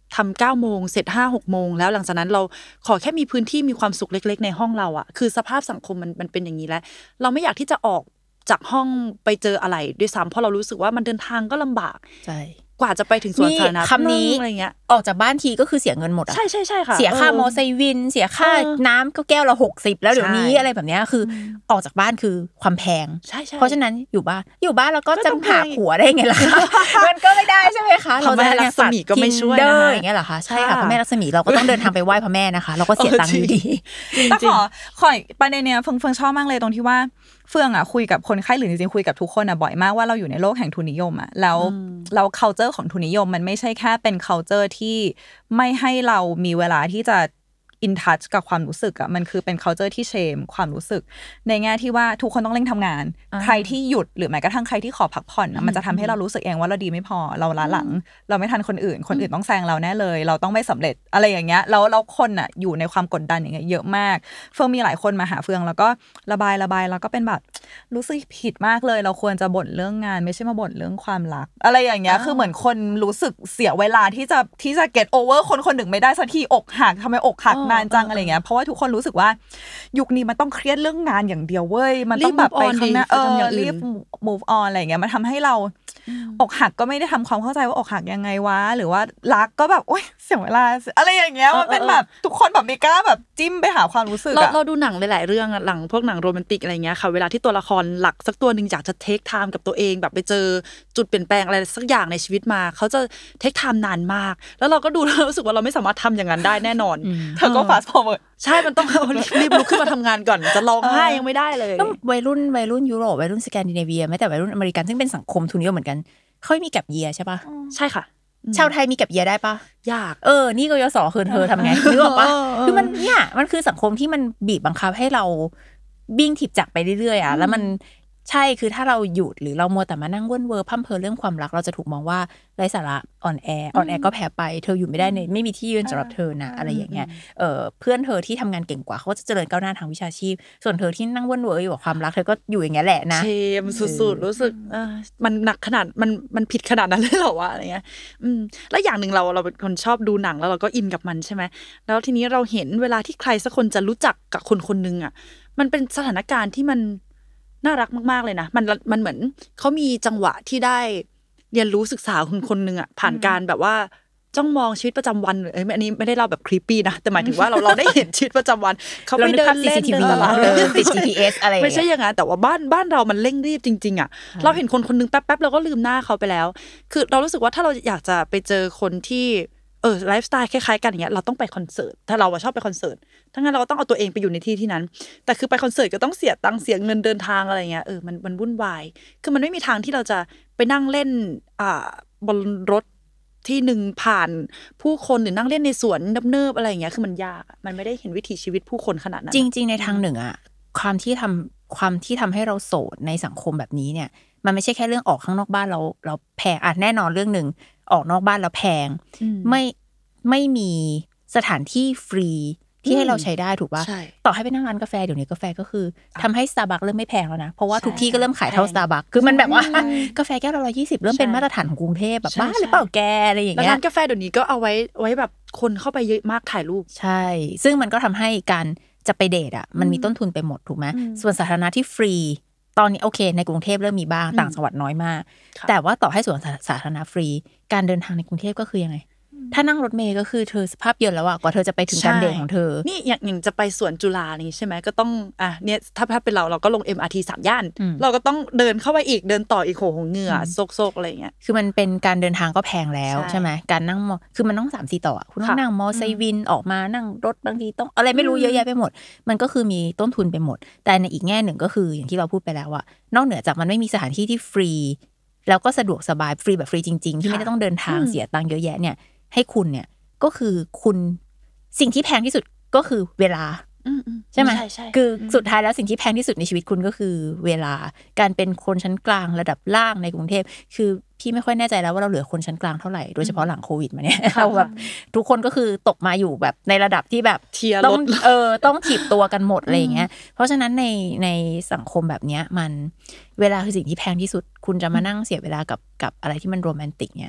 ทำ9 โมงเสร็จ5 6 โมงแล้วหลังจากนั้นเราขอแค่มีพื้นที่มีความสุขเล็กๆในห้องเราอ่ะคือสภาพสังคมมันเป็นอย่างนี้แล้วเราไม่อยากที่จะออกจากห้องไปเจออะไรด้วยซ้ำเพราะเรารู้สึกว่ามันเดินทางก็ลำบากใช่กว่าจะไปถึงสวนสาธารณะคำนี้อะไรเงี้ยออกจากบ้านทีก็คือเสียเงินหมดอ่ะใช่ใช่ใช่ค่ะเสียค่ามอไซค์วินเสียค่าน้ำก็แก้วละ60แล้วเดี๋ยวนี้อะไรแบบนี้คือออกจากบ้านคือความแพงเพราะฉะนั้นอยู่บ้านแล้วก็จะหาผัวได้ไงล่ะมันก็ไม่ได้ใช่ไหมคะเราจะรักษมีก็ไม่ช่วยนะคะอย่างเงี้ยเหรอคะใช่ค่ะพระแม่รักษมีเราก็ต้องเดินทางไปไหว้พระแม่นะคะเราก็เสียตังค์อยู่ดีแต่ขอประเด็นเนี้ยเฟิงชอบมากเลยตรงที่ว่าเฟืองอ่ะคุยกับคนไข้หรือจริงๆคุยกับทุกคนอ่ะบ่อยมากว่าเราอยู่ในโลกแห่งทุนนิยมอ่ะแล้วculture ของทุนนิยมมันไม่ใช่แค่เป็น culture ที่ไม่ให้เรามีเวลาที่จะin touch กับความรู้สึกอ่ะมันคือเป็น culture ที่ shame ความรู้สึกในแง่ที่ว่าทุกคนต้องเร่งทำงานใครที่หยุดหรือแม้กระทั่งใครที่ขอพักผ่อนมันจะทำให้เรารู้สึกเองว่าเราดีไม่พอเราล้าหลังเราไม่ทันคนอื่นต้องแซงเราแน่เลยเราต้องไม่สำเร็จอะไรอย่างเงี้ยแล้วคนอ่ะอยู่ในความกดดันอย่างเงี้ยเยอะมากเฟืองมีหลายคนมาหาเฟืองแล้วก็ระบายแล้วก็เป็นแบบรู้สึกผิดมากเลยเราควรจะบ่นเรื่องงานไม่ใช่มาบ่นเรื่องความรักอะไรอย่างเงี้ยคือเหมือนคนรู้สึกเสียเวลาที่จะ get over คนหนึ่งไม่ได้สักทีอกหักทำไมอกหักนานจังอะไรเงี้ยเพราะว่าทุกคนรู้สึกว่ายุคนี้มันต้องเครียดเรื่องงานอย่างเดียวเว้ยมันต้องแบบไปข้างหน้ารีบ move on อะไรเงี้ยมันทำให้เราอกหักก็ไม่ได้ทำความเข้าใจว่าอกหักยังไงวะหรือว่ารักก็แบบโอ๊ยเสียเวลาอะไรอย่างเงี้ยมันเป็นแบบทุกคนแบบไม่กล้าแบบจิ้มไปหาความรู้สึกเราดูหนังหลายๆเรื่องหลังพวกหนังโรแมนติกอะไรเงี้ยค่ะเวลาที่ตัวละครหลักสักตัวนึงอยากจะเทคไทม์กับตัวเองแบบไปเจอจุดเปลี่ยนแปลงอะไรสักอย่างในชีวิตมาเขาจะเทคไทม์นานมากแล้วเราก็ดูแล้วรู้สึกว่าเราไม่สามารถทำอย่างนั้นได้แน่นอนเธอก็ fast forward ใช่มันต้องรีบลุกขึ้นมาทำงานก่อนจะร้องไห้ยังไม่ได้เลยก็วัยรุ่นยุโรปวัยรุ่นสแกนดิเนเวียแม้แต่วัยรุ่นอเมริกันซึ่งเป็นสังคมทุนนิยมเหมือนกันเขามีแก็ปเยียร์ใช่ปะใช่ค่ะชาวไทยมีแก็ปเยียร์ได้ปะยากนี่กยศคือเธอทำไงนึกออกปะคือมันเนี่ยมันคือสังคมที่มันบีบบังคับให้เราบิ้งถิบจักไปเรื่อยๆอ่ะแล้วมันใช่คือถ้าเราหยุดหรือเรามัวแต่มานั่งว่นเวอร์พั่มเพอเรื่องความรักเราจะถูกมองว่าไร้สาระอ่อนแอก็แพ้ไปเธออยู่ไม่ได้ในไม่มีที่ยืนสำหรับเธอนะอะไรอย่างเงี้ยเพื่อนเธอที่ทำงานเก่งกว่าเขาจะเจริญก้าวหน้าทางวิชาชีพส่วนเธอที่นั่งว่นเวอร์อยู่กับความรักเธอก็อยู่อย่างเงี้ยแหละนะเชมสุดๆรู้สึกมันหนักขนาดมันผิดขนาดนั้นเลยเหรอวะอะไรเงี้ยแล้วอย่างนึงเราเป็นคนชอบดูหนังแล้วเราก็อินกับมันใช่ไหมแล้วทีนี้เราเห็นเวลาที่ใครสักคนจะรู้จักกับคนนึงอ่ะมันเป็นสถานการณ์ที่มันน่ารักมากๆเลยนะมันเหมือนเขามีจังหวะที่ได้เรียนรู้ศึกษาคนนึงอ่ะผ่านการแบบว่าจ้องมองชีวิตประจำวันอันนี้ไม่ได้เล่าแบบครีปปี้นะแต่หมายถึงว่าเราได้เห็นชีวิตประจำวันเขาไปเดินเล่นเดินตลาดติด GPS อะไรไม่ใช่อย่างนั้นแต่ว่าบ้านเรามันเร่งรีบจริงๆอ่ะเราเห็นคนนึงแป๊บๆเราก็ลืมหน้าเขาไปแล้วคือเรารู้สึกว่าถ้าเราอยากจะไปเจอคนที่ไลฟ์สไตล์คล้ายๆกันอย่างเงี้ยเราต้องไปคอนเสิร์ตถ้าเราชอบไปคอนเสิร์ตทั้งนั้นเราก็ต้องเอาตัวเองไปอยู่ในที่นั้นแต่คือไปคอนเสิร์ตก็ต้องเสียตังค์เสียเงินเดินทางอะไรเงี้ยมันวุ่นวายคือมันไม่มีทางที่เราจะไปนั่งเล่นบนรถที่นึงผ่านผู้คนหรือนั่งเล่นในสวนเนิบๆอะไรอย่างเงี้ยคือมันยากมันไม่ได้เห็นวิถีชีวิตผู้คนขนาดนั้นจริงๆในทางหนึ่งอ่ะความที่ทำให้เราโสดในสังคมแบบนี้เนี่ยมันไม่ใช่แค่เรื่องออกข้างนอกบ้านเราแพงแน่นอนเรื่องนึงออกนอกบ้านแล้วแพงไม่มีสถานที่ฟรีที่ให้เราใช้ได้ถูกป่ะต่อให้ไปนั่งร้านกาแฟเดี๋ยวนี้กาแฟก็คือทำให้ Starbucks เริ่มไม่แพงแล้วนะเพราะว่าทุกที่ก็เริ่มขายเท่า Starbucks คือมันแบบว่ากาแฟแก้วละ120เริ่มเป็นมาตรฐานของกรุงเทพแบบบ้าหรือเปล่าแกอะไรอย่างเงี้ยร้านกาแฟเดี๋ยวนี้ก็เอาไว้แบบคนเข้าไปเยอะมากถ่ายรูปใช่ซึ่งมันก็ทำให้การจะไปเดทอ่ะมันมีต้นทุนไปหมดถูกไหมส่วนสาธารณะที่ฟรีตอนนี้โอเคในกรุงเทพเริ่มมีบ้างต่างจังหวัดน้อยมากแต่ว่าต่อให้สวนสาธารณะฟรีการเดินทางในกรุงเทพก็คือยังไงถ้านั่งรถเมล์ก็คือเธอสภาพเย็นแล้วอ่ะกว่าเธอจะไปถึงการเดทของเธอนี่อย่างจะไปสวนจุฬานี่ใช่ไหมก็ต้องเนี่ยถ้าเป็นเราก็ลง MRT 3 ย่านเราก็ต้องเดินเข้าไปอีกเดินต่ออีกโหเหงื่อโซกอะไรอย่างเงี้ยคือมันเป็นการเดินทางก็แพงแล้วใช่ไหมการนั่งคือมันต้อง3-4 ต่อคุณต้องนั่งมอไซค์วินออกมานั่งรถบางทีต้องอะไรไม่รู้เยอะแยะไปหมดมันก็คือมีต้นทุนไปหมดแต่ในอีกแง่หนึ่งก็คืออย่างที่เราพูดไปแล้วว่านอกเหนือจากมันไม่มีสถานที่ที่ฟรีแล้วก็สะดวกสบายฟรีแบบฟรีจริงๆที่ไม่ได้ต้องเดินทางเสียตังค์เยอะแยะเนี่ยให้คุณเนี่ยก็คือคุณสิ่งที่แพงที่สุดก็คือเวลาใช่ไหมคือสุดท้ายแล้วสิ่งที่แพงที่สุดในชีวิตคุณก็คือเวลาการเป็นคนชั้นกลางระดับล่างในกรุงเทพคือพี่ไม่ค่อยแน่ใจแล้วว่าเราเหลือคนชั้นกลางเท่าไหร่โดยเฉพาะหลังโควิดมาเนี่ยเราแบบทุกคนก็คือตกมาอยู่แบบในระดับที่แบบต้องถีบตัวกันหมดอะไรอย่างเงี้ยเพราะฉะนั้นในสังคมแบบเนี้ยมันเวลาคือสิ่งที่แพงที่สุดคุณจะมานั่งเสียเวลากับอะไรที่มันโรแมนติกเนี่ย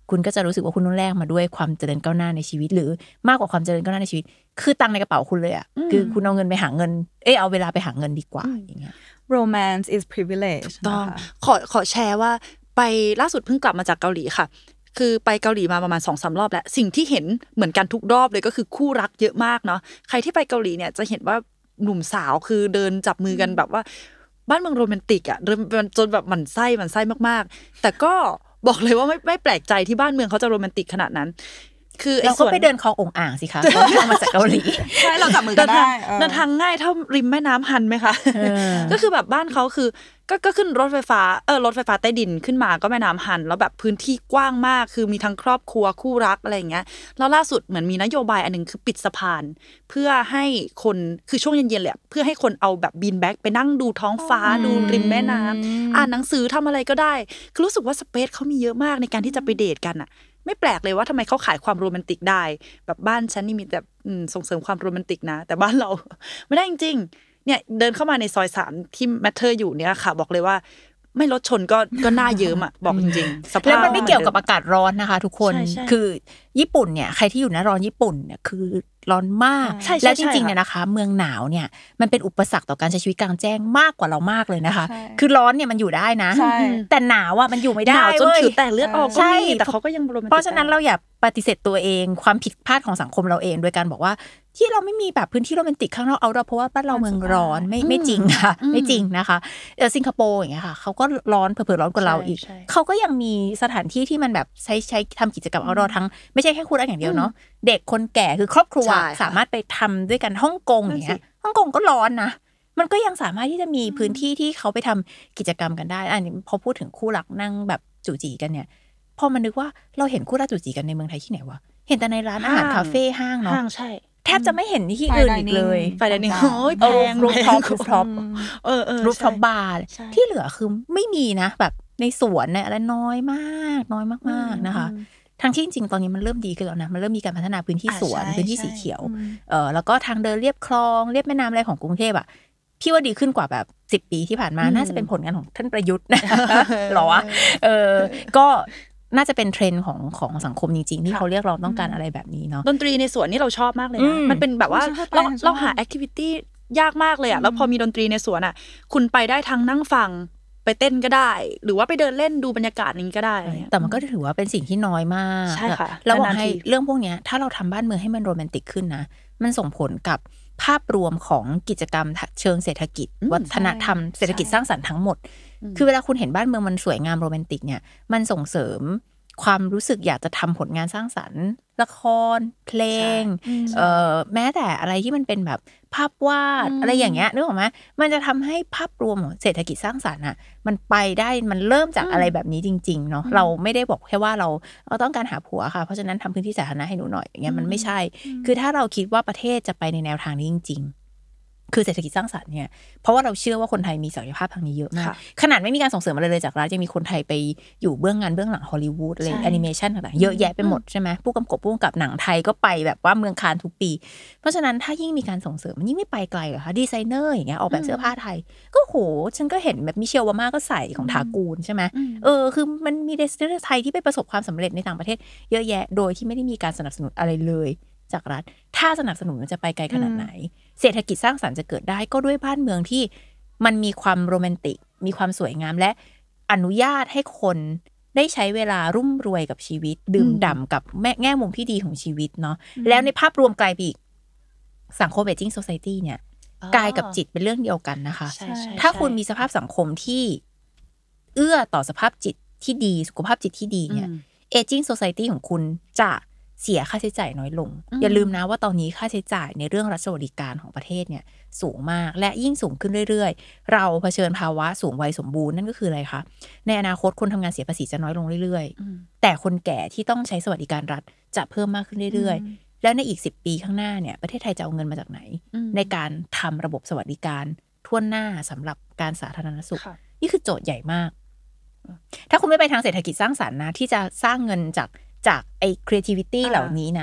คุณก็จะรู้สึกว่าคุณต้องแลกมาด้วยความเจริญก้าวหน้าในชีวิตหรือมากกว่าความเจริญก้าวหน้าในชีวิตคือตังค์ในกระเป๋าคุณเลยอ่ะคือคุณเอาเงินไปหาเงินเอาเวลาไปหาเงินดีกว่าอย่างเงี้ย romance is privilege ต้องนะคะขอแชร์ว่าไปล่าสุดเพิ่งกลับมาจากเกาหลีค่ะคือไปเกาหลีมาประมาณ 2-3 รอบแล้วสิ่งที่เห็นเหมือนกันทุกรอบเลยก็คือคู่รักเยอะมากเนาะใครที่ไปเกาหลีเนี่ยจะเห็นว่าหนุ่มสาวคือเดินจับมือกันแบบว่าบ้านเมืองโรแมนติกอ่ะจนแบบหมั่นไส้มากๆแต่ก็บอกเลยว่าไม่แปลกใจที่บ้านเมืองเขาจะโรแมนติกขนาดนั้นคือเราก็ไปเดินคลององอ่างสิคะเราที่มาจากเกาหลีใช่เราจับมือกันได้เดินทางง่ายเท่าริมแม่น้ำฮันไหมคะก็คือแบบบ้านเขาคือก็ขึ้นรถไฟฟ้าใต้ดินขึ้นมาก็แม่น้ำฮันแล้วแบบพื้นที่กว้างมากคือมีทั้งครอบครัวคู่รักอะไรอย่างเงี้ยแล้วล่าสุดเหมือนมีนโยบายอันนึงคือปิดสะพานเพื่อให้คนคือช่วงเย็นๆเลยเพื่อให้คนเอาแบบบีนแบ็กไปนั่งดูท้องฟ้าดูริมแม่น้ำอ่านหนังสือทำอะไรก็ได้คือรู้สึกว่าสเปซเขามีเยอะมากในการที่จะไปเดทกันอ่ะไม่แปลกเลยว่าทำไมเขาขายความโรแมนติกได้แบบบ้านฉันนี่มีแต่ส่งเสริมความโรแมนติกนะแต่บ้านเราไม่ได้จริงๆเนี่ยเดินเข้ามาในซอย3ที่แมทเธอร์อยู่เนี่ยค่ะบอกเลยว่าไม่รถชนก็น่าเยิ้มอ่ะบอกจริงๆสภาพแล้วมันไม่เกี่ยวกับอากาศร้อนนะคะทุกคนคือญี่ปุ่นเนี่ยใครที่อยู่หน้าร้อนญี่ปุ่นเนี่ยคือร้อนมากและจริงๆเนี่ยนะคะเมืองหนาวเนี่ยมันเป็นอุปสรรคต่อการใช้ชีวิตกลางแจ้งมากกว่าเรามากเลยนะคะคือร้อนเนี่ยมันอยู่ได้นะแต่หนาวอ่ะมันอยู่ไม่ได้หนาวจนผิวแตกเลือดออกก็มีแต่เขาก็ยังโรแมนติกเพราะฉะนั้นเราอย่าปฏิเสธตัวเองความผิดพลาดของสังคมเราเองโดยการบอกว่าที่เราไม่มีแบบพื้นที่โรแมนติกข้างนอกเอาเพราะว่าบ้านเราเมืองร้อนไม่จริงค่ะไม่จริงนะคะสิงคโปร์อย่างเงี้ยค่ะเขาก็ร้อนเผอๆร้อนกว่าเราอีกเขาก็ยังมีสถานที่ที่มันแบบใช้ทำกิจกรรมเอาท์ดอร์ทั้งไม่ใช่แค่คู่รักอย่างเดียวเนาะเด็กคนแก่คือครอบครัวสามารถไปทำด้วยกันฮ่องกงอย่างเงี้ยฮ่องกงก็ร้อนนะมันก็ยังสามารถที่จะมีพื้นที่ที่เขาไปทำกิจกรรมกันได้อันนี้พอพูดถึงคู่รักนั่งแบบจู่จีกันเนี่ยพอมันนึกว่าเราเห็นคู่รักจู่จีกันในเมืองไทยที่ไหนวะเห็นแต่ในร้านอาหารคาเฟ่ห้างเนาะใช่แทบจะไม่เห็นที่อื่นอีกเลยไฟไดนิ่งโอ้ยแพงรูฟท็อปรูฟท็อปบาร์ที่เหลือคือไม่มีนะแบบในสวนเนี่ยอะไรน้อยมากนะคะทั้งที่จริงๆตอนนี้มันเริ่มดีขึ้นแล้วนะมันเริ่มมีการพัฒนาพื้นที่สวนพื้นที่สีเขียวแล้วก็ทางเดินเลียบคลองเลียบแม่น้ำอะไรของกรุงเทพอ่ะพี่ว่าดีขึ้นกว่าแบบ10 ปีที่ผ่านมาน่าจะเป็นผลงานของท่านประยุทธ์หรอวะก็น่าจะเป็นเทรนด์ของสังคมจริงๆที่เขาเรียกร้องต้องการอะไรแบบนี้เนาะดนตรีในสวนนี่เราชอบมากเลยนะมันเป็นแบบว่าเราหาแอคทิวิตี้ยากมากเลยอ่ะแล้วพอมีดนตรีในสวนอ่ะคุณไปได้ทั้งนั่งฟังไปเต้นก็ได้หรือว่าไปเดินเล่นดูบรรยากาศนี้ก็ได้แต่มันก็ถือว่าเป็นสิ่งที่น้อยมากใช่ค่ะแล้วบอกให้เรื่องพวกนี้ถ้าเราทำบ้านเมืองให้มันโรแมนติกขึ้นนะมันส่งผลกับภาพรวมของกิจกรรมเชิงเศรษฐกิจวัฒนธรรมเศรษฐกิจสร้างสรรค์ทั้งหมดคือเวลาคุณเห็นบ้านเมืองมันสวยงามโรแมนติกเนี่ยมันส่งเสริมความรู้สึกอยากจะทำผลงานสร้างสรรค์ละครเพลงแม้แต่อะไรที่มันเป็นแบบภาพวาดอะไรอย่างเงี้ยนึกออกไหมมันจะทำให้ภาพรวมของเศรษฐกิจสร้างสรรค์อ่ะมันไปได้มันเริ่มจากอะไรแบบนี้จริงๆเนาะเราไม่ได้บอกแค่ว่าเราต้องการหาผัวค่ะเพราะฉะนั้นทำพื้นที่สาธารณะให้หนูหน่อยอย่างเงี้ยมันไม่ใช่คือถ้าเราคิดว่าประเทศจะไปในแนวทางนี้จริงๆคือเศรษฐกิจสร้างสรรค์เนี่ยเพราะว่าเราเชื่อว่าคนไทยมีศักยภาพทางนี้เยอะมากขนาดไม่มีการส่งเสริมอะไรเลยจากรัฐยังมีคนไทยไปอยู่เบื้องงานเบื้องหลังฮอลลีวูดอะไรแอนิเมชันต่างๆเยอะแยะไปหมดใช่ไหมผู้กำกับหนังไทยก็ไปแบบว่าเมืองคานทุกปีเพราะฉะนั้นถ้ายิ่งมีการส่งเสริมมันยิ่งไม่ไปไกลเหรอคะดีไซเนอร์อย่างเงี้ยออกแบบเสื้อผ้าไทยก็โหฉันก็เห็นแบบมิเชลวาม่าก็ใส่ของทากูลใช่ไหมคือมันมีดีไซเนอร์ไทยที่ไปประสบความสำเร็จในต่างประเทศเยอะแยะโดยที่ไม่ได้มีการสนับสนุนอะไรเลยจากรัฐถ้าสนับสนุนมันจะไปไกลขนาดไหนเศรษฐกิจสร้างสรรค์จะเกิดได้ก็ด้วยบ้านเมืองที่มันมีความโรแมนติกมีความสวยงามและอนุญาตให้คนได้ใช้เวลารุ่มรวยกับชีวิตดื่มด่ำกับแง่มุมที่ดีของชีวิตเนาะแล้วในภาพรวมกลายไปอีกสังคมเอจจิ้งโซไซตี้เนี่ยกายกับจิตเป็นเรื่องเดียวกันนะคะถ้าคุณมีสภาพสังคมที่เอื้อต่อสภาพจิตที่ดีสุขภาพจิตที่ดีเนี่ยเอจจิ้งโซไซตี้ของคุณจะเสียค่าใช้จ่ายน้อยลงอย่าลืมนะว่าตอนนี้ค่าใช้จ่ายในเรื่องรัฐสวัสดิการของประเทศเนี่ยสูงมากและยิ่งสูงขึ้นเรื่อยๆเราเผชิญภาวะสูงวัยสมบูรณ์นั่นก็คืออะไรคะในอนาคตคนทำงานเสียภาษีจะน้อยลงเรื่อยๆแต่คนแก่ที่ต้องใช้สวัสดิการรัฐจะเพิ่มมากขึ้นเรื่อยๆแล้วในอีก10 ปีข้างหน้าเนี่ยประเทศไทยจะเอาเงินมาจากไหนในการทำระบบสวัสดิการทั่วหน้าสำหรับการสาธารณสุขนี่คือโจทย์ใหญ่มากถ้าคุณไม่ไปทางเศรษฐกิจสร้างสรรค์นะที่จะสร้างเงินจากไอ้ creativity เหล่านี้นะ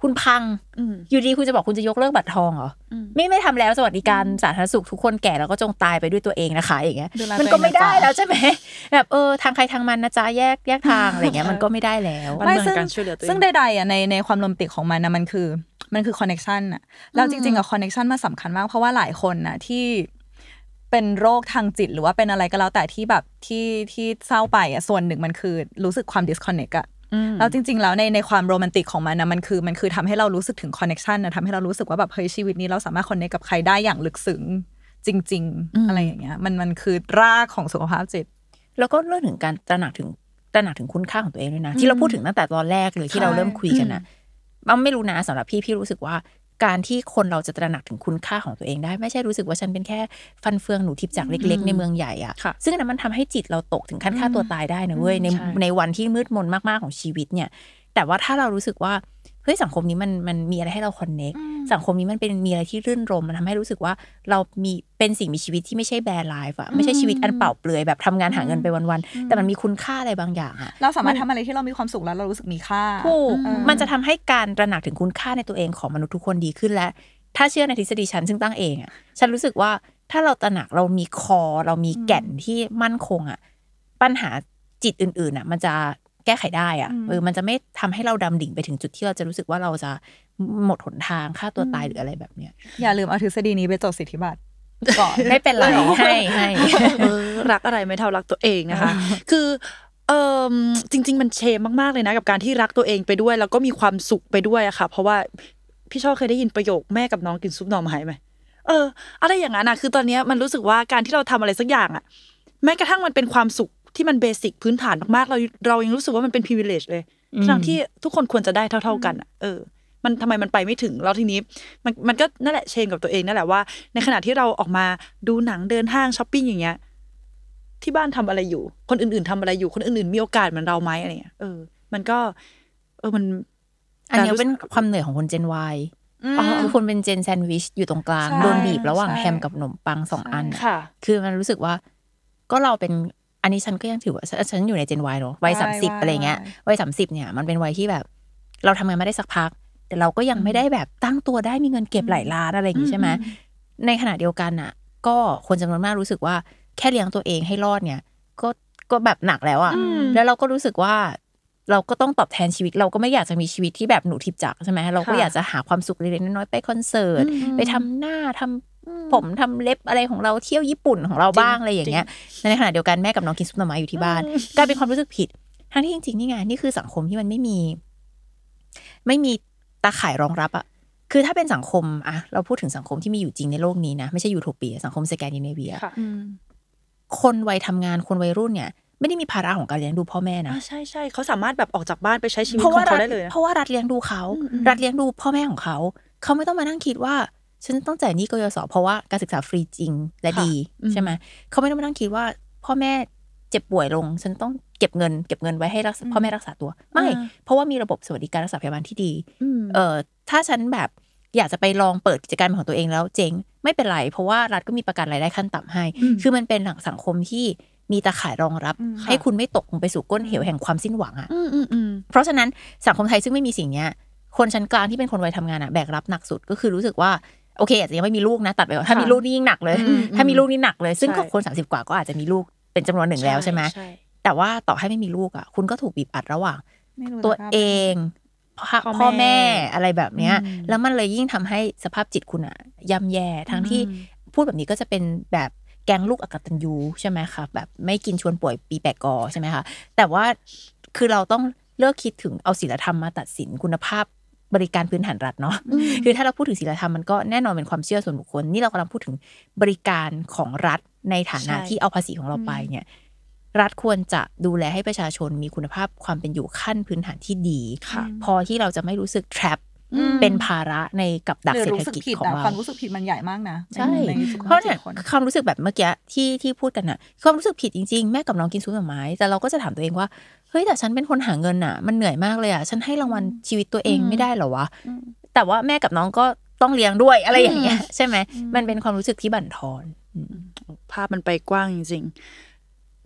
คุณพังอยู่ดีคุณจะบอกคุณจะยกเลิกบัตรทองเหรอไม่ทำแล้วสวัสดิการสาธารณสุขทุกคนแก่แล้วก็จงตายไปด้วยตัวเองนะคะอย่างเงี้ยมันก็ไม่ได้แล้วใช่ไหมแบบทางใครทางมันนะจ๊ะแยกทางอะไรเงี้ยมันก็ไม่ได้แล้วไม่ซึ่งใดๆอ่ะในความโรแมนติกของมันนะมันคือคอนเนคชั่นอ่ะแล้วจริงๆอ่ะคอนเนคชั่นมันสำคัญมากเพราะว่าหลายคนนะที่เป็นโรคทางจิตหรือว่าเป็นอะไรก็แล้วแต่ที่แบบที่เศร้าไปอ่ะส่วนหนึ่งมันคือรู้สึกความดิสคอนเนคอ่ะแล้วจริงๆแล้วในความโรแมนติกของมันนะมันคือทำให้เรารู้สึกถึงคอนเนคชันนะทำให้เรารู้สึกว่าแบบเฮ้ยชีวิตนี้เราสามารถคอนเนคกับใครได้อย่างลึกซึ้งจริงๆอะไรอย่างเงี้ยมันคือรากของสุขภาพจิตแล้วก็เรื่องถึงการตระหนักถึงคุณค่าของตัวเองด้วยนะที่เราพูดถึงตั้งแต่ตอนแรกเลยที่เราเริ่มคุยกันนะไม่รู้นะสำหรับพี่รู้สึกว่าการที่คนเราจะตระหนักถึงคุณค่าของตัวเองได้ไม่ใช่รู้สึกว่าฉันเป็นแค่ฟันเฟืองหนูทิพย์จากเล็กๆในเมืองใหญ่อ่ะซึ่งอันนั้นมันทำให้จิตเราตกถึงขั้นฆ่าตัวตายได้นะเว้ยในวันที่มืดมนมากๆของชีวิตเนี่ยแต่ว่าถ้าเรารู้สึกว่าเฮ้ยสังคมนี้มันมีอะไรให้เราคอนเนคสังคมนี้มันมีอะไรที่รื่นรมมันทำให้รู้สึกว่าเรามีเป็นสิ่งมีชีวิตที่ไม่ใช่แบร์ไลฟ์อ่ะไม่ใช่ชีวิตอันเปล่าเปลือยแบบทำงานหาเงินไปวันๆแต่มันมีคุณค่าอะไรบางอย่างอ่ะเราสามารถทำอะไรที่เรามีความสุขแล้วเรารู้สึกมีค่าถูกมันจะทำให้การตระหนักถึงคุณค่าในตัวเองของมนุษย์ทุกคนดีขึ้นและถ้าเชื่อในทฤษฎีฉันซึ่งตั้งเองอ่ะฉันรู้สึกว่าถ้าเราตระหนักเรามีคอเรามีแก่นที่มั่นคงอ่ะปัญหาจิตอื่นๆอ่ะมันจะแก้ไขได้อ่ะมันจะไม่ทำให้เราดำดิ่งไปถึงจุดที่เราจะรู้สึกว่าเราจะหมดหนทางฆ่าตัวตายหรืออะไรแบบเนี้ยอย่าลืมเอาทฤษฎีนี้ไปจดสิทธิบัตรก่อนไม่เป็นไรให้รักอะไรไม่เท่ารักตัวเองนะคะคือจริงๆมันเชมมากๆเลยนะกับการที่รักตัวเองไปด้วยแล้วก็มีความสุขไปด้วยอะค่ะเพราะว่าพี่ชอบเคยได้ยินประโยคแม่กับน้องกินซุปหน่อไม้ไหมอะไรอย่างนั้นอะคือตอนนี้มันรู้สึกว่าการที่เราทำอะไรสักอย่างอะแม้กระทั่งมันเป็นความสุขที่มันเบสิกพื้นฐานมากๆเรายังรู้สึกว่ามันเป็น privilege เลยทั้งที่ทุกคนควรจะได้เท่าๆกันอะมันทำไมมันไปไม่ถึงแล้วทีนี้มันก็นั่นแหละเชนกับตัวเองนั่นแหละว่าในขณะที่เราออกมาดูหนังเดินห้างช้อปปิ้งอย่างเงี้ยที่บ้านทำอะไรอยู่คนอื่นๆทำอะไรอยู่คนอื่นๆมีโอกาสเหมือนเราไหมอะไรเงี้ยมันก็มันอันนี้เป็นความเหนื่อยของคน Gen Y คือคนเป็น Gen Sandwich อยู่ตรงกลางโดนบีบระหว่างแฮมกับขนมปัง2อันคือมันรู้สึกว่าก็เราเป็นอันนี้ฉันก็ยังถือว่าฉันอยู่ใน Gen Y เนาะวัย30อะไรเงี้ยวัย30เนี่ยมันเป็นวัยที่แบบเราทำงานมาได้สักพักแต่เราก็ยังไม่ได้แบบตั้งตัวได้มีเงินเก็บหลายล้านอะไรอย่างงี้ใช่ไหมในขณะเดียวกันอ่ะก็คนจำนวนมากรู้สึกว่าแค่เลี้ยงตัวเองให้รอดเนี่ยก็แบบหนักแล้วอ่ะแล้วเราก็รู้สึกว่าเราก็ต้องตอบแทนชีวิตเราก็ไม่อยากจะมีชีวิตที่แบบหนูทิพย์จักใช่ไหมเราก็อยากจะหาความสุขเล็กๆน้อยๆไปคอนเสิร์ตไปทำหน้าทำผมทำเล็บอะไรของเราเที่ยวญี่ปุ่นของเราบ้างอะไรอย่างเงี้ยในขณะเดียวกันแม่กับน้องกินซุปหน่อไม้อยู่ที่บ้านกลายเป็นความรู้สึกผิดทั้งที่จริงๆนี่ไงนี่คือสังคมที่มันไม่มีตาข่ายรองรับอ่ะคือถ้าเป็นสังคมอะเราพูดถึงสังคมที่มีอยู่จริงในโลกนี้นะไม่ใช่ยูโทเปียสังคมสแกนดิเนเวียคนวัยทำงานคนวัยรุ่นเนี่ยไม่ได้มีภาระของการเลี้ยงดูพ่อแม่นะใช่ๆเขาสามารถแบบออกจากบ้านไปใช้ชีวิตของเขาได้เลยเพราะว่ารัฐเลี้ยงดูเขารัฐเลี้ยงดูพ่อแม่ของเขาไม่ต้องมานั่งคิดว่าฉันต้องจ่ายหนี้กยศเพราะว่าการศึกษาฟรีจริงและดีใช่ไหมเขาไม่ต้องมานั่งคิดว่าพ่อแม่เจ็บป่วยลงฉันต้องเก็บเงินไว้ให้พ่อแม่รักษาตัวไม่เพราะว่ามีระบบสวัสดิการรักษาพยาบาลที่ดีถ้าฉันแบบอยากจะไปลองเปิดกิจการของตัวเองแล้วเจ๊งไม่เป็นไรเพราะว่ารัฐก็มีประกันรายได้ขั้นต่ำให้คือมันเป็นหลังสังคมที่มีตาข่ายรองรับให้คุณไม่ตกลงไปสู่ก้นเหวแห่งความสิ้นหวังอ่ะเพราะฉะนั้นสังคมไทยซึ่งไม่มีสิ่งนี้คนชั้นกลางที่เป็นคนวัยทำงานอ่ะแบกรับหนักสุดก็คือรู้สึกว่าโอเคอาจจะยังไม่มีลูกนะตัดไปก่อนถ้ามีลูกนี่ยิ่งหนักเลยถ้ามีลูกนี่หนักเลยซึ่งคน30กว่าก็อาจจะมีลูกเป็นจำนวนหนึ่งแล้วใช่ไหมแต่ว่าต่อให้ไม่มีลูกอ่ะคุณก็ถูกบีบอัดระหว่างตัวเองพ่อแม่อะไรแบบเนี้ยแล้วมันเลยยิ่งทำให้สภาพจิตคุณอ่ะย่ำแย่ทั้งที่พูดแบบนี้ก็จะเป็นแบบแกงลูกอกตัญญูใช่ไหมคะแบบไม่กินชวนป่วยปีแปะกอใช่ไหมคะแต่ว่าคือเราต้องเลิกคิดถึงเอาศีลธรรมมาตัดสินคุณภาพบริการพื้นฐานรัฐเนาะคือถ้าเราพูดถึงศีลธรรมมันก็แน่นอนเป็นความเชื่อส่วนบุคคลนี่เรากำลังพูดถึงบริการของรัฐในฐานะที่เอาภาษีของเราไปเนี่ยรัฐควรจะดูแลให้ประชาชนมีคุณภาพความเป็นอยู่ขั้นพื้นฐานที่ดีพอที่เราจะไม่รู้สึก trap เป็นภาระในกับดักเศรษฐกิจของเราความรู้สึกผิดมันใหญ่มากนะใช่เพราะเนี่ยความรู้สึกแบบเมื่อกี้ที่พูดกันน่ะความรู้สึกผิดจริงๆแม่กับน้องกินซุปหน่อไม้แต่เราก็จะถามตัวเองว่าเฮ้ยแต่ฉันเป็นคนหาเงินน่ะมันเหนื่อยมากเลยอ่ะฉันให้รางวัลชีวิตตัวเองไม่ได้เหรอวะแต่ว่าแม่กับน้องก็ต้องเลี้ยงด้วยอะไรอย่างเงี้ยใช่ไหมมันเป็นความรู้สึกที่บั่นทอนภาพมันไปกว้างจริงๆ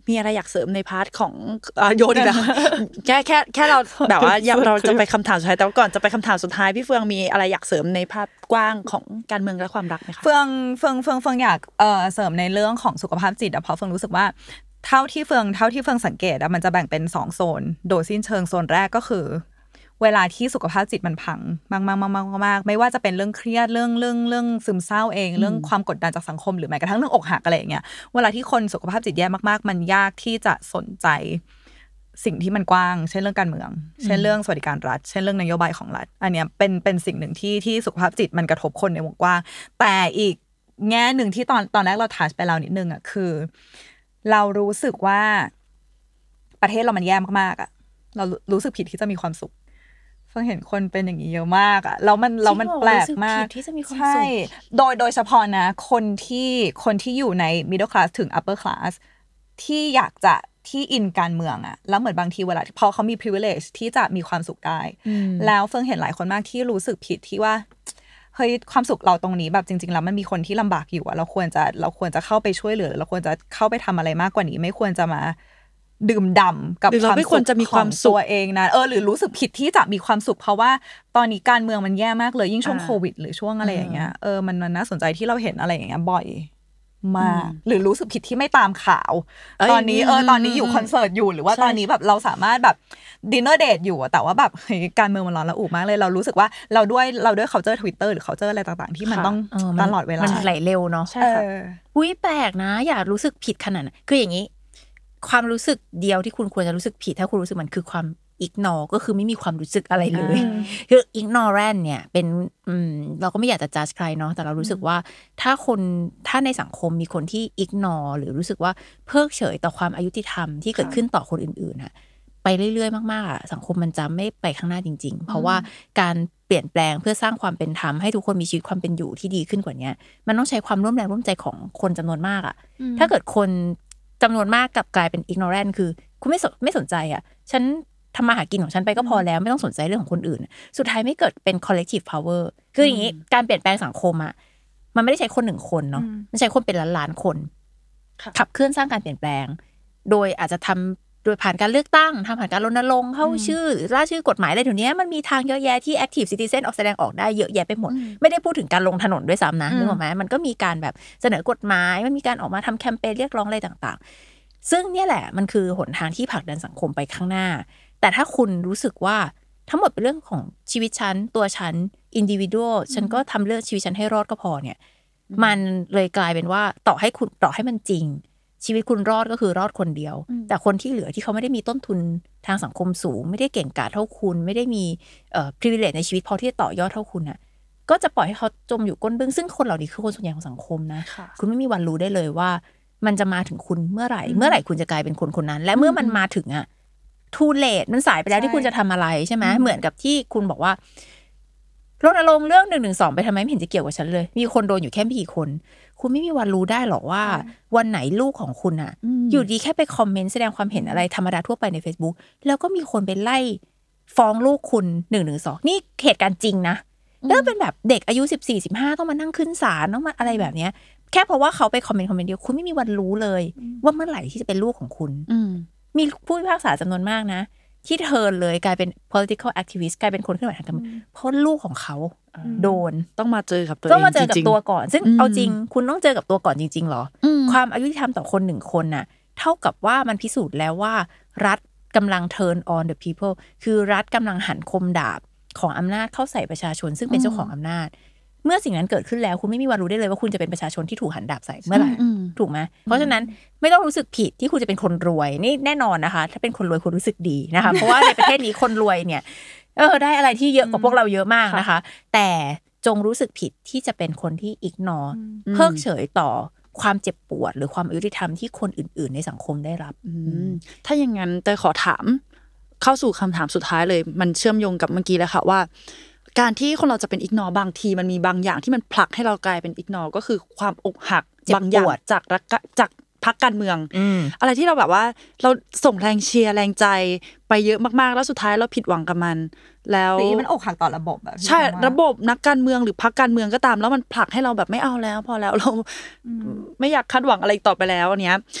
มีอะไรอยากเสริมในพาร์ทของโยนอีกแล้วแค่เราแบบว่าเราจะไปคำถามสุดท้ายแต่ก่อนจะไปคำถามสุดท้ายพี่เฟืองมีอะไรอยากเสริมในภาพกว้างของการเมืองและความรักไหมคะเฟืองอยากเสริมในเรื่องของสุขภาพจิตเพราะเฟืองรู้สึกว่าเท่าที่เฟืองสังเกตมันจะแบ่งเป็น2โซนโดยสิ้นเชิงโซนแรกก็คือเวลาที่สุขภาพจิตมันพังมากไม่ว่าจะเป็นเรื่องเครียดเรื่องซึมเศร้าเองเรื่องความกดดันจากสังคมหรือแม้กระทั่งเรื่องอกหักอะไรอย่างเงี้ยเวลาที่คนสุขภาพจิตแย่มากๆมันยากที่จะสนใจสิ่งที่มันกว้างเช่นเรื่องการเมืองเช่นเรื่องสวัสดิการรัฐเช่นเรื่องนโยบายของรัฐอันเนี้ยเป็นสิ่งหนึ่งที่สุขภาพจิตมันกระทบคนในวงกว้างแต่อีกแง่หนึ่งที่ตอนแรกเราทัชไปแล้วนิดนึงคือเรารู้สึกว่าประเทศเรามันแย่มากๆเรารู้สึกผิดที่จะมีความสุขเพิ่งเห็นคนเป็นอย่างนี้เยอะมากแล้วมันแปลกมากใช่โดยเฉพาะนะคนที่อยู่ใน middle class ถึง upper class ที่อยากจะที่อินการเมืองแล้วเหมือนบางทีเวลาพอเขามี privilege ที่จะมีความสุขได้แล้วเพิ่งเห็นหลายคนมากที่รู้สึกผิดที่ว่าเฮ้ยความสุขเราตรงนี้แบบจริงๆแล้วมันมีคนที่ลำบากอยู่เราควรจะเข้าไปช่วยเหลือเราควรจะเข้าไปทำอะไรมากกว่านี้ไม่ควรจะมาดื่มด่ำกับความสุขของตัวเองนะหรือรู้สึกผิดที่จะมีความสุขเพราะว่าตอนนี้การเมืองมันแย่มากเลยยิ่งช่วงโควิดหรือช่วงอะไรอย่างเงี้ยมันน่าสนใจที่เราเห็นอะไรอย่างเงี้ยบ่อยมากหรือรู้สึกผิดที่ไม่ตามข่าวตอนนี้อยู่คอนเสิร์ตอยู่หรือว่าตอนนี้แบบเราสามารถแบบดินเนอร์เดทอยู่แต่ว่าแบบการเมืองมันร้อนระอุมากเลยเรารู้สึกว่าเราด้วย culture Twitter หรือ culture อะไรต่างๆที่มันต้องตลอดเวลามันไหลเร็วเนาะใช่ค่ะอุ้ยแปลกนะอย่ารู้สึกผิดขนาดนั้นคืออย่างนี้ความรู้สึกเดียวที่คุณควรจะรู้สึกผิดถ้าคุณรู้สึกมันคือความignore ก็คือไม่มีความรู้สึกอะไรเลยคือ ignorant เนี่ยเป็นเราก็ไม่อยากจะ judge ใครเนาะแต่เรารู้สึกว่าถ้าในสังคมมีคนที่ ignore หรือรู้สึกว่าเพิกเฉยต่อความอายุติธรรมที่เกิดขึ้นต่อคนอื่นๆไปเรื่อยๆมากๆสังคมมันจะไม่ไปข้างหน้าจริงๆเพราะว่าการเปลี่ยนแปลงเพื่อสร้างความเป็นธรรมให้ทุกคนมีชีวิตความเป็นอยู่ที่ดีขึ้นกว่านี้มันต้องใช้ความร่วมแรงร่วมใจของคนจำนวนมากถ้าเกิดคนจำนวนมากกลับกลายเป็น ignorant คือคุณไม่สนใจฉันทำมาหากินของฉันไปก็พอแล้วไม่ต้องสนใจเรื่องของคนอื่นสุดท้ายไม่เกิดเป็น collective power คืออย่างนี้การเปลี่ยนแปลงสังคมมันไม่ได้ใช้คนหนึ่งคนเนาะมันใช้คนเป็นล้านๆคนขับเคลื่อนสร้างการเปลี่ยนแปลงโดยอาจจะทำโดยผ่านการเลือกตั้งทำผ่านการรณรงค์เข้าชื่อหรือล่าชื่อกฎหมายอะไรเดี๋ยวนี้มันมีทางเยอะแยะที่ active citizen ออกแสดงออกได้เยอะแยะไปหมดไม่ได้พูดถึงการลงถนนด้วยซ้ำนะนึกออกไหมมันก็มีการแบบเสนอกฎหมายมันมีการออกมาทำแคมเปญเรียกร้องอะไรต่างๆซึ่งเนี่ยแหละมันคือหนทางที่ผลักดันสังคมไปข้างหน้าแต่ถ้าคุณรู้สึกว่าทั้งหมดเป็นเรื่องของชีวิตฉันตัวฉัน individual ฉันก็ทำเรื่องชีวิตฉันให้รอดก็พอเนี่ยมันเลยกลายเป็นว่าต่อให้มันจริงชีวิตคุณรอดก็คือรอดคนเดียวแต่คนที่เหลือที่เขาไม่ได้มีต้นทุนทางสังคมสูงไม่ได้เก่งกาจเท่าคุณไม่ได้มีprivilege ในชีวิตพอที่จะต่อยอดเท่าคุณก็จะปล่อยให้เขาจมอยู่ก้นบึ้งซึ่งคนเหล่านี้คือคนส่วนใหญ่ของสังคมนะคุณไม่มีวันรู้ได้เลยว่ามันจะมาถึงคุณเมื่อไหร่คุณจะกลายเป็นคนนั้นและเมื่อมันมาถึงtoo late มันสายไปแล้วที่คุณจะทำอะไรใช่ไหมเหมือนกับที่คุณบอกว่ารณรงค์เรื่อง112ไปทำไมไม่เห็นจะเกี่ยวกับฉันเลยมีคนโดนอยู่แค่ไม่กี่คนคุณไม่มีวันรู้ได้หรอกว่าวันไหนลูกของคุณอยู่ดีแค่ไปคอมเมนต์แสดงความเห็นอะไรธรรมดาทั่วไปใน Facebook แล้วก็มีคนไปไล่ฟ้องลูกคุณ112นี่เหตุการณ์จริงนะแล้วเป็นแบบเด็กอายุ14-15ต้องมานั่งขึ้นศาลต้องมาอะไรแบบนี้แค่เพราะว่าเขาไปคอมเมนต์เดียวคุณไม่มีวันรู้เลยว่าเมื่อไหร่ที่จะเป็นลูกของคุณมีผู้พิพากษาจำนวนมากนะที่เทิร์นเลยกลายเป็น political activist กลายเป็นคนเคลื่อนไหวทางการเมืองเพราะลูกของเขาโดนต้องมาเจอกับตัวเองต้องมาเจอกับตัวก่อนซึ่งเอาจริงคุณต้องเจอกับตัวก่อนจริงๆหรอความอายุที่ทำต่อคน1คนน่ะเท่ากับว่ามันพิสูจน์แล้วว่ารัฐกำลัง turn on the people คือรัฐกำลังหันคมดาบของอำนาจเข้าใส่ประชาชนซึ่งเป็นเจ้าของอำนาจเมื่อสิ่งนั้นเกิดขึ้นแล้วคุณไม่มีวันรู้ได้เลยว่าคุณจะเป็นประชาชนที่ถูกหันดาบใส่เมื่อไหร่ถูกไหมเพราะฉะนั้นไม่ต้องรู้สึกผิดที่คุณจะเป็นคนรวยนี่แน่นอนนะคะถ้าเป็นคนรวยคุณรู้สึกดีนะคะเพราะว่าในประเทศนี้คนรวยเนี่ยได้อะไรที่เยอะกว่าพวกเราเยอะมากนะคะแต่จงรู้สึกผิดที่จะเป็นคนที่อิกนอร์เพิกเฉยต่อความเจ็บปวดหรือความอายุติธรรมที่คนอื่นๆในสังคมได้รับถ้าอย่างนั้นเตยขอถามเข้าสู่คำถามสุดท้ายเลยมันเชื่อมโยงกับเมื่อกี้แล้วค่ะว่าการที่คนเราจะเป็นอิกนอร์บางทีมันมีบางอย่างที่มันผลักให้เรากลายเป็นอิกนอร์ก็คือความอกหักบางอย่างจากพรรคการเมืองอะไรที่เราแบบว่าเราส่งแรงเชียร์แรงใจไปเยอะมากๆแล้วสุดท้ายเราผิดหวังกับมันแล้วมันอกหักต่อระบบใช่ระบบนักการเมืองหรือพรรคการเมืองก็ตามแล้วมันผลักให้เราแบบไม่เอาแล้วพอแล้วเราไม่อยากคาดหวังอะไรต่อไปแล้วเนี้ย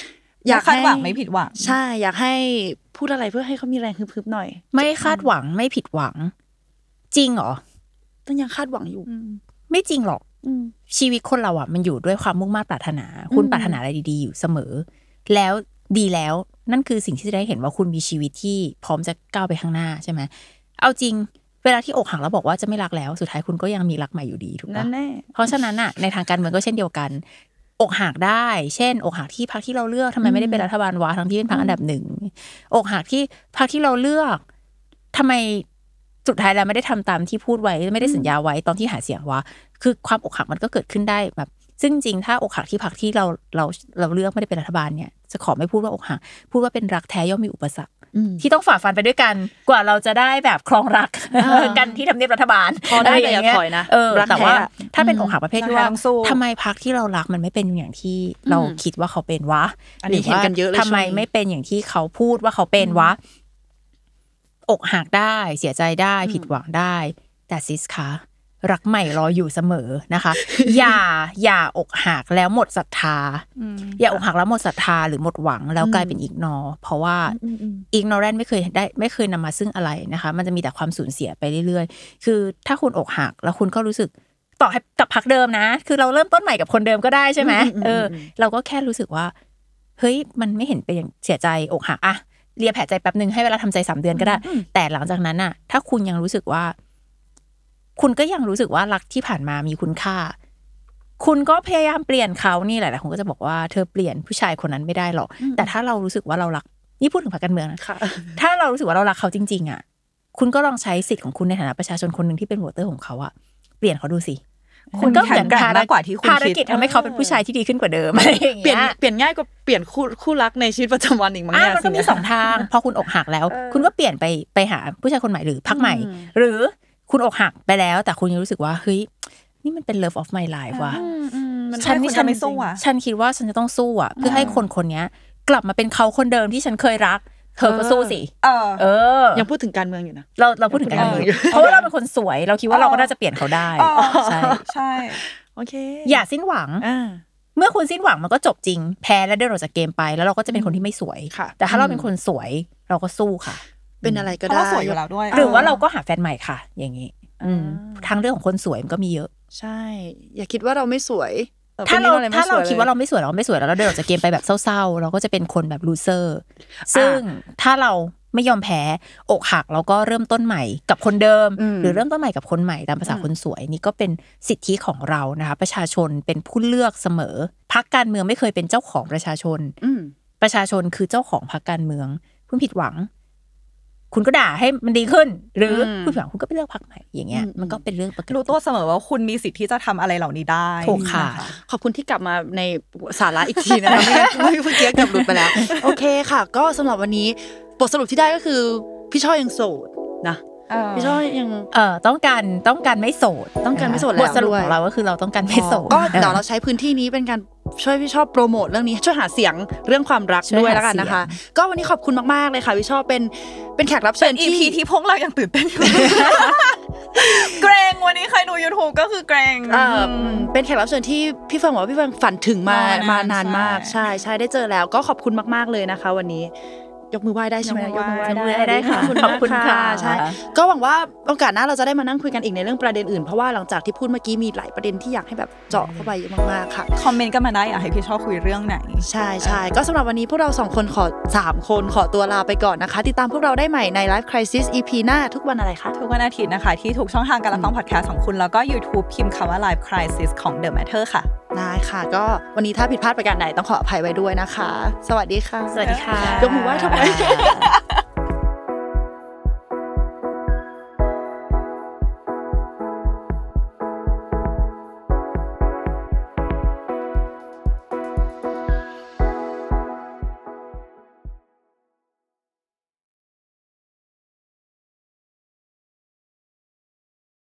อยากคาดหวังไม่ผิดหวังใช่อยากให้พูดอะไรเพื่อให้เขามีแรงฮึบๆหน่อยไม่คาดหวังไม่ผิดหวังจริงเหรอต้องยังคาดหวังอยู่ไม่จริงหรอกชีวิตคนเราอ่ะมันอยู่ด้วยความมุ่งมั่นปรารถนาคุณปรารถนาอะไรดีๆอยู่เสมอแล้วดีแล้วนั่นคือสิ่งที่จะได้เห็นว่าคุณมีชีวิตที่พร้อมจะก้าวไปข้างหน้าใช่ไหมเอาจริงเวลาที่อกหักแล้วบอกว่าจะไม่รักแล้วสุดท้ายคุณก็ยังมีรักใหม่อยู่ดีถูกปะเพราะฉะนั้นอ่ะในทางการเมืองก็เช่นเดียวกันอกหักได้เช่นอกหักที่พรรคที่เราเลือกทำไมไม่ได้เป็นรัฐบาลวะทั้งที่เป็นพรรคอันดับหนึ่งอกหักที่พรรคที่เราเลือกทำไมสุดท้ายแล้วไม่ได้ทำตามที่พูดไว้ไม่ได้สัญญาไว้ตอนที่หาเสียงวะคือความอกหักมันก็เกิดขึ้นได้แบบซึ่งจริงถ้าอกหักที่พรรคที่เราเลือกไม่ได้เป็นรัฐบาลเนี่ยจะขอไม่พูดว่าอกหักพูดว่าเป็นรักแท้ย่อมมีอุปสรรคที่ต้องฝ่าฟันไปด้วยกันกว่าเราจะได้แบบครองรักกันที่ทำเนียบรัฐบาลพอได้แต่อย่าถอยนะแต่ว่าถ้าเป็นอกหักประเภทที่ว่าทำไมพรรคที่เรารักมันไม่เป็นอย่างที่เราคิดว่าเขาเป็นวะหรือว่าทำไมไม่เป็นอย่างที่เขาพูดว่าเขาเป็นวะอกหักได้เสียใจได้ผิดหวังได้แต่ซิสคะรักใหม่รออยู่เสมอนะคะอย่าอกหักแล้วหมดศรัทธาอย่าอกหักแล้วหมดศรัทธาหรือหมดหวังแล้วกลายเป็นอิกนอเพราะว่าอิกนอแรนไม่เคยนำมาซึ่งอะไรนะคะมันจะมีแต่ความสูญเสียไปเรื่อยๆคือถ้าคุณอกหักแล้วคุณก็รู้สึกต่อให้กับพรรคเดิมนะคือเราเริ่มต้นใหม่กับคนเดิมก็ได้ใช่ไหมเราก็แค่รู้สึกว่าเฮ้ยมันไม่เห็นเป็นอย่างเสียใจอกหักอะเลียแผลใจแป๊บนึงให้เวลาทำใจ3 เดือนก็ได้แต่หลังจากนั้นอะถ้าคุณยังรู้สึกว่าคุณก็ยังรู้สึกว่ารักที่ผ่านมามีคุณค่าคุณก็พยายามเปลี่ยนเขานี่หลายๆคนก็จะบอกว่าเธอเปลี่ยนผู้ชายคนนั้นไม่ได้หรอกแต่ถ้าเรารู้สึกว่าเรารักนี่พูดถึงพรรคการเมืองนะถ้าเรารู้สึกว่าเรารักเขาจริงๆอ่ะคุณก็ลองใช้สิทธิ์ของคุณในฐานะประชาชนคนนึงที่เป็นโหวตเตอร์ของเขาอ่ะเปลี่ยนเขาดูสิคุณก็เหมือนมากกว่าที่คุณคิดภารกิจทำให้เขาเป็นผู้ชายที่ดีขึ้นกว่าเดิมอะไรอย่างเงี้ยเปลี่ยนง่ายกว่าเปลี่ยนคู่รักในชีวิตประจำวันอีกมั้งเนี่ยมันก็มี2ทางพอคุณอกหักแล้วคุณก็เปลี่ยนไปหาผู้ชายคนใหม่หรือพรรคใหม่หรือคุณอกหักไปแล้วแต่คุณยังรู้สึกว่าเฮ้ยนี่มันเป็น love of my life ว่ะฉันไม่สู้อ่ะฉันคิดว่าฉันจะต้องสู้อ่ะเพื่อให้คนนี้กลับมาเป็นเขาคนเดิมที่ฉันเคยรักเธอก็สู้สิยังพูดถึงการเมืองอยู่นะเราพูดถึงการเมืองเพราะว่าเราเป็นคนสวยเราคิดว่าเราก็น่าจะเปลี่ยนเขาได้ใช่โอเคอย่าสิ้นหวังเมื่อคุณสิ้นหวังมันก็จบจริงแพ้แล้วเดินออกจากเกมไปแล้วเราก็จะเป็นคนที่ไม่สวยแต่ถ้าเราเป็นคนสวยเราก็สู้ค่ะเป็นอะไรก็ได้สวยอยู่แล้วด้วยหรือว่าเราก็หาแฟนใหม่ค่ะอย่างนี้ทางเรื่องของคนสวยมันก็มีเยอะใช่อย่าคิดว่าเราไม่สวยถ้าเราคิดว่าเราไม่สวยแล้วเราเดินออกจากเกมไปแบบเศร้าๆเราก็จะเป็นคนแบบลูเซอร์ซึ่งถ้าเราไม่ยอมแพ้อกหักแล้วก็เริ่มต้นใหม่กับคนเดิมหรือเริ่มต้นใหม่กับคนใหม่ตามภาษาคนสวยนี่ก็เป็นสิทธิของเรานะคะประชาชนเป็นผู้เลือกเสมอพรรคการเมืองไม่เคยเป็นเจ้าของประชาชนประชาชนคือเจ้าของพรรคการเมืองคุณผิดหวังคุณก็ด่าให้มันดีขึ้นหรือคุณผิดหวังคุณก็ไปเลือกพรรคใหม่อย่างเงี้ยมันก็เป็นเรื่องปกติรู้ตัวเสมอว่าคุณมีสิทธิ์ที่จะทำอะไรเหล่านี้ได้ถูกค่ะขอบคุณที่กลับมาในสาระอีกทีนะคะไม่เมื่อกี้เกือบหลุดไปแล้วโอเคค่ะก็สำหรับวันนี้บทสรุปที่ได้ก็คือพี่ช่อยังโสดนะพี่ช่อยังต้องการไม่โสดแล้วบทสรุปของเราก็คือเราต้องการไม่โสดก็เดี๋ยวเราใช้พื้นที่นี้เป็นการช่วยพี่ชอบโปรโมทเรื่องนี้ช่วยหาเสียงเรื่องความรักด้วยแล้วกันนะคะก็วันนี้ขอบคุณมากๆเลยค่ะพี่ชอบเป็นแขกรับเชิญที่พวกเรายังตื่นเต้นอยู่เกรงวันนี้ใครดู YouTube ก็คือเกรงเป็นแขกรับเชิญที่พี่เฟิร์นบอกว่าพี่เฟิร์นฝันถึงมานานมากใช่ได้เจอแล้วก็ขอบคุณมากๆเลยนะคะวันนี้ยกมือไหว้ได้ใช่ไหมยกมือไหว้ได้ค่ะขอบคุณค่ะใช่ก็หวังว่าโอกาสหน้าเราจะได้มานั่งคุยกันอีกในเรื่องประเด็นอื่นเพราะว่าหลังจากที่พูดเมื่อกี้มีหลายประเด็นที่อยากให้แบบเจาะเข้าไปเยอะมากๆค่ะคอมเมนต์กันมาได้อยากให้พี่ชอบคุยเรื่องไหนใช่ก็สำหรับวันนี้พวกเรา2คน3คนขอตัวลาไปก่อนนะคะติดตามพวกเราได้ใหม่ใน Life Crisis EP หน้าทุกวันอะไรคะทุกวันอาทิตย์นะคะที่ทุกช่องทางการรับฟังพอดแคสต์ของคุณแล้วก็ YouTube พิมพ์คำว่า Life Crisis ของ The Matter ค่ะได้ค่ะก็วันนี้ถ้าผิดพลาดประการใดต้องขออภัยไว้ด้วยนะคะสวัสดีค่ะสวัสดีค่ะยกมือไหว้ทำไม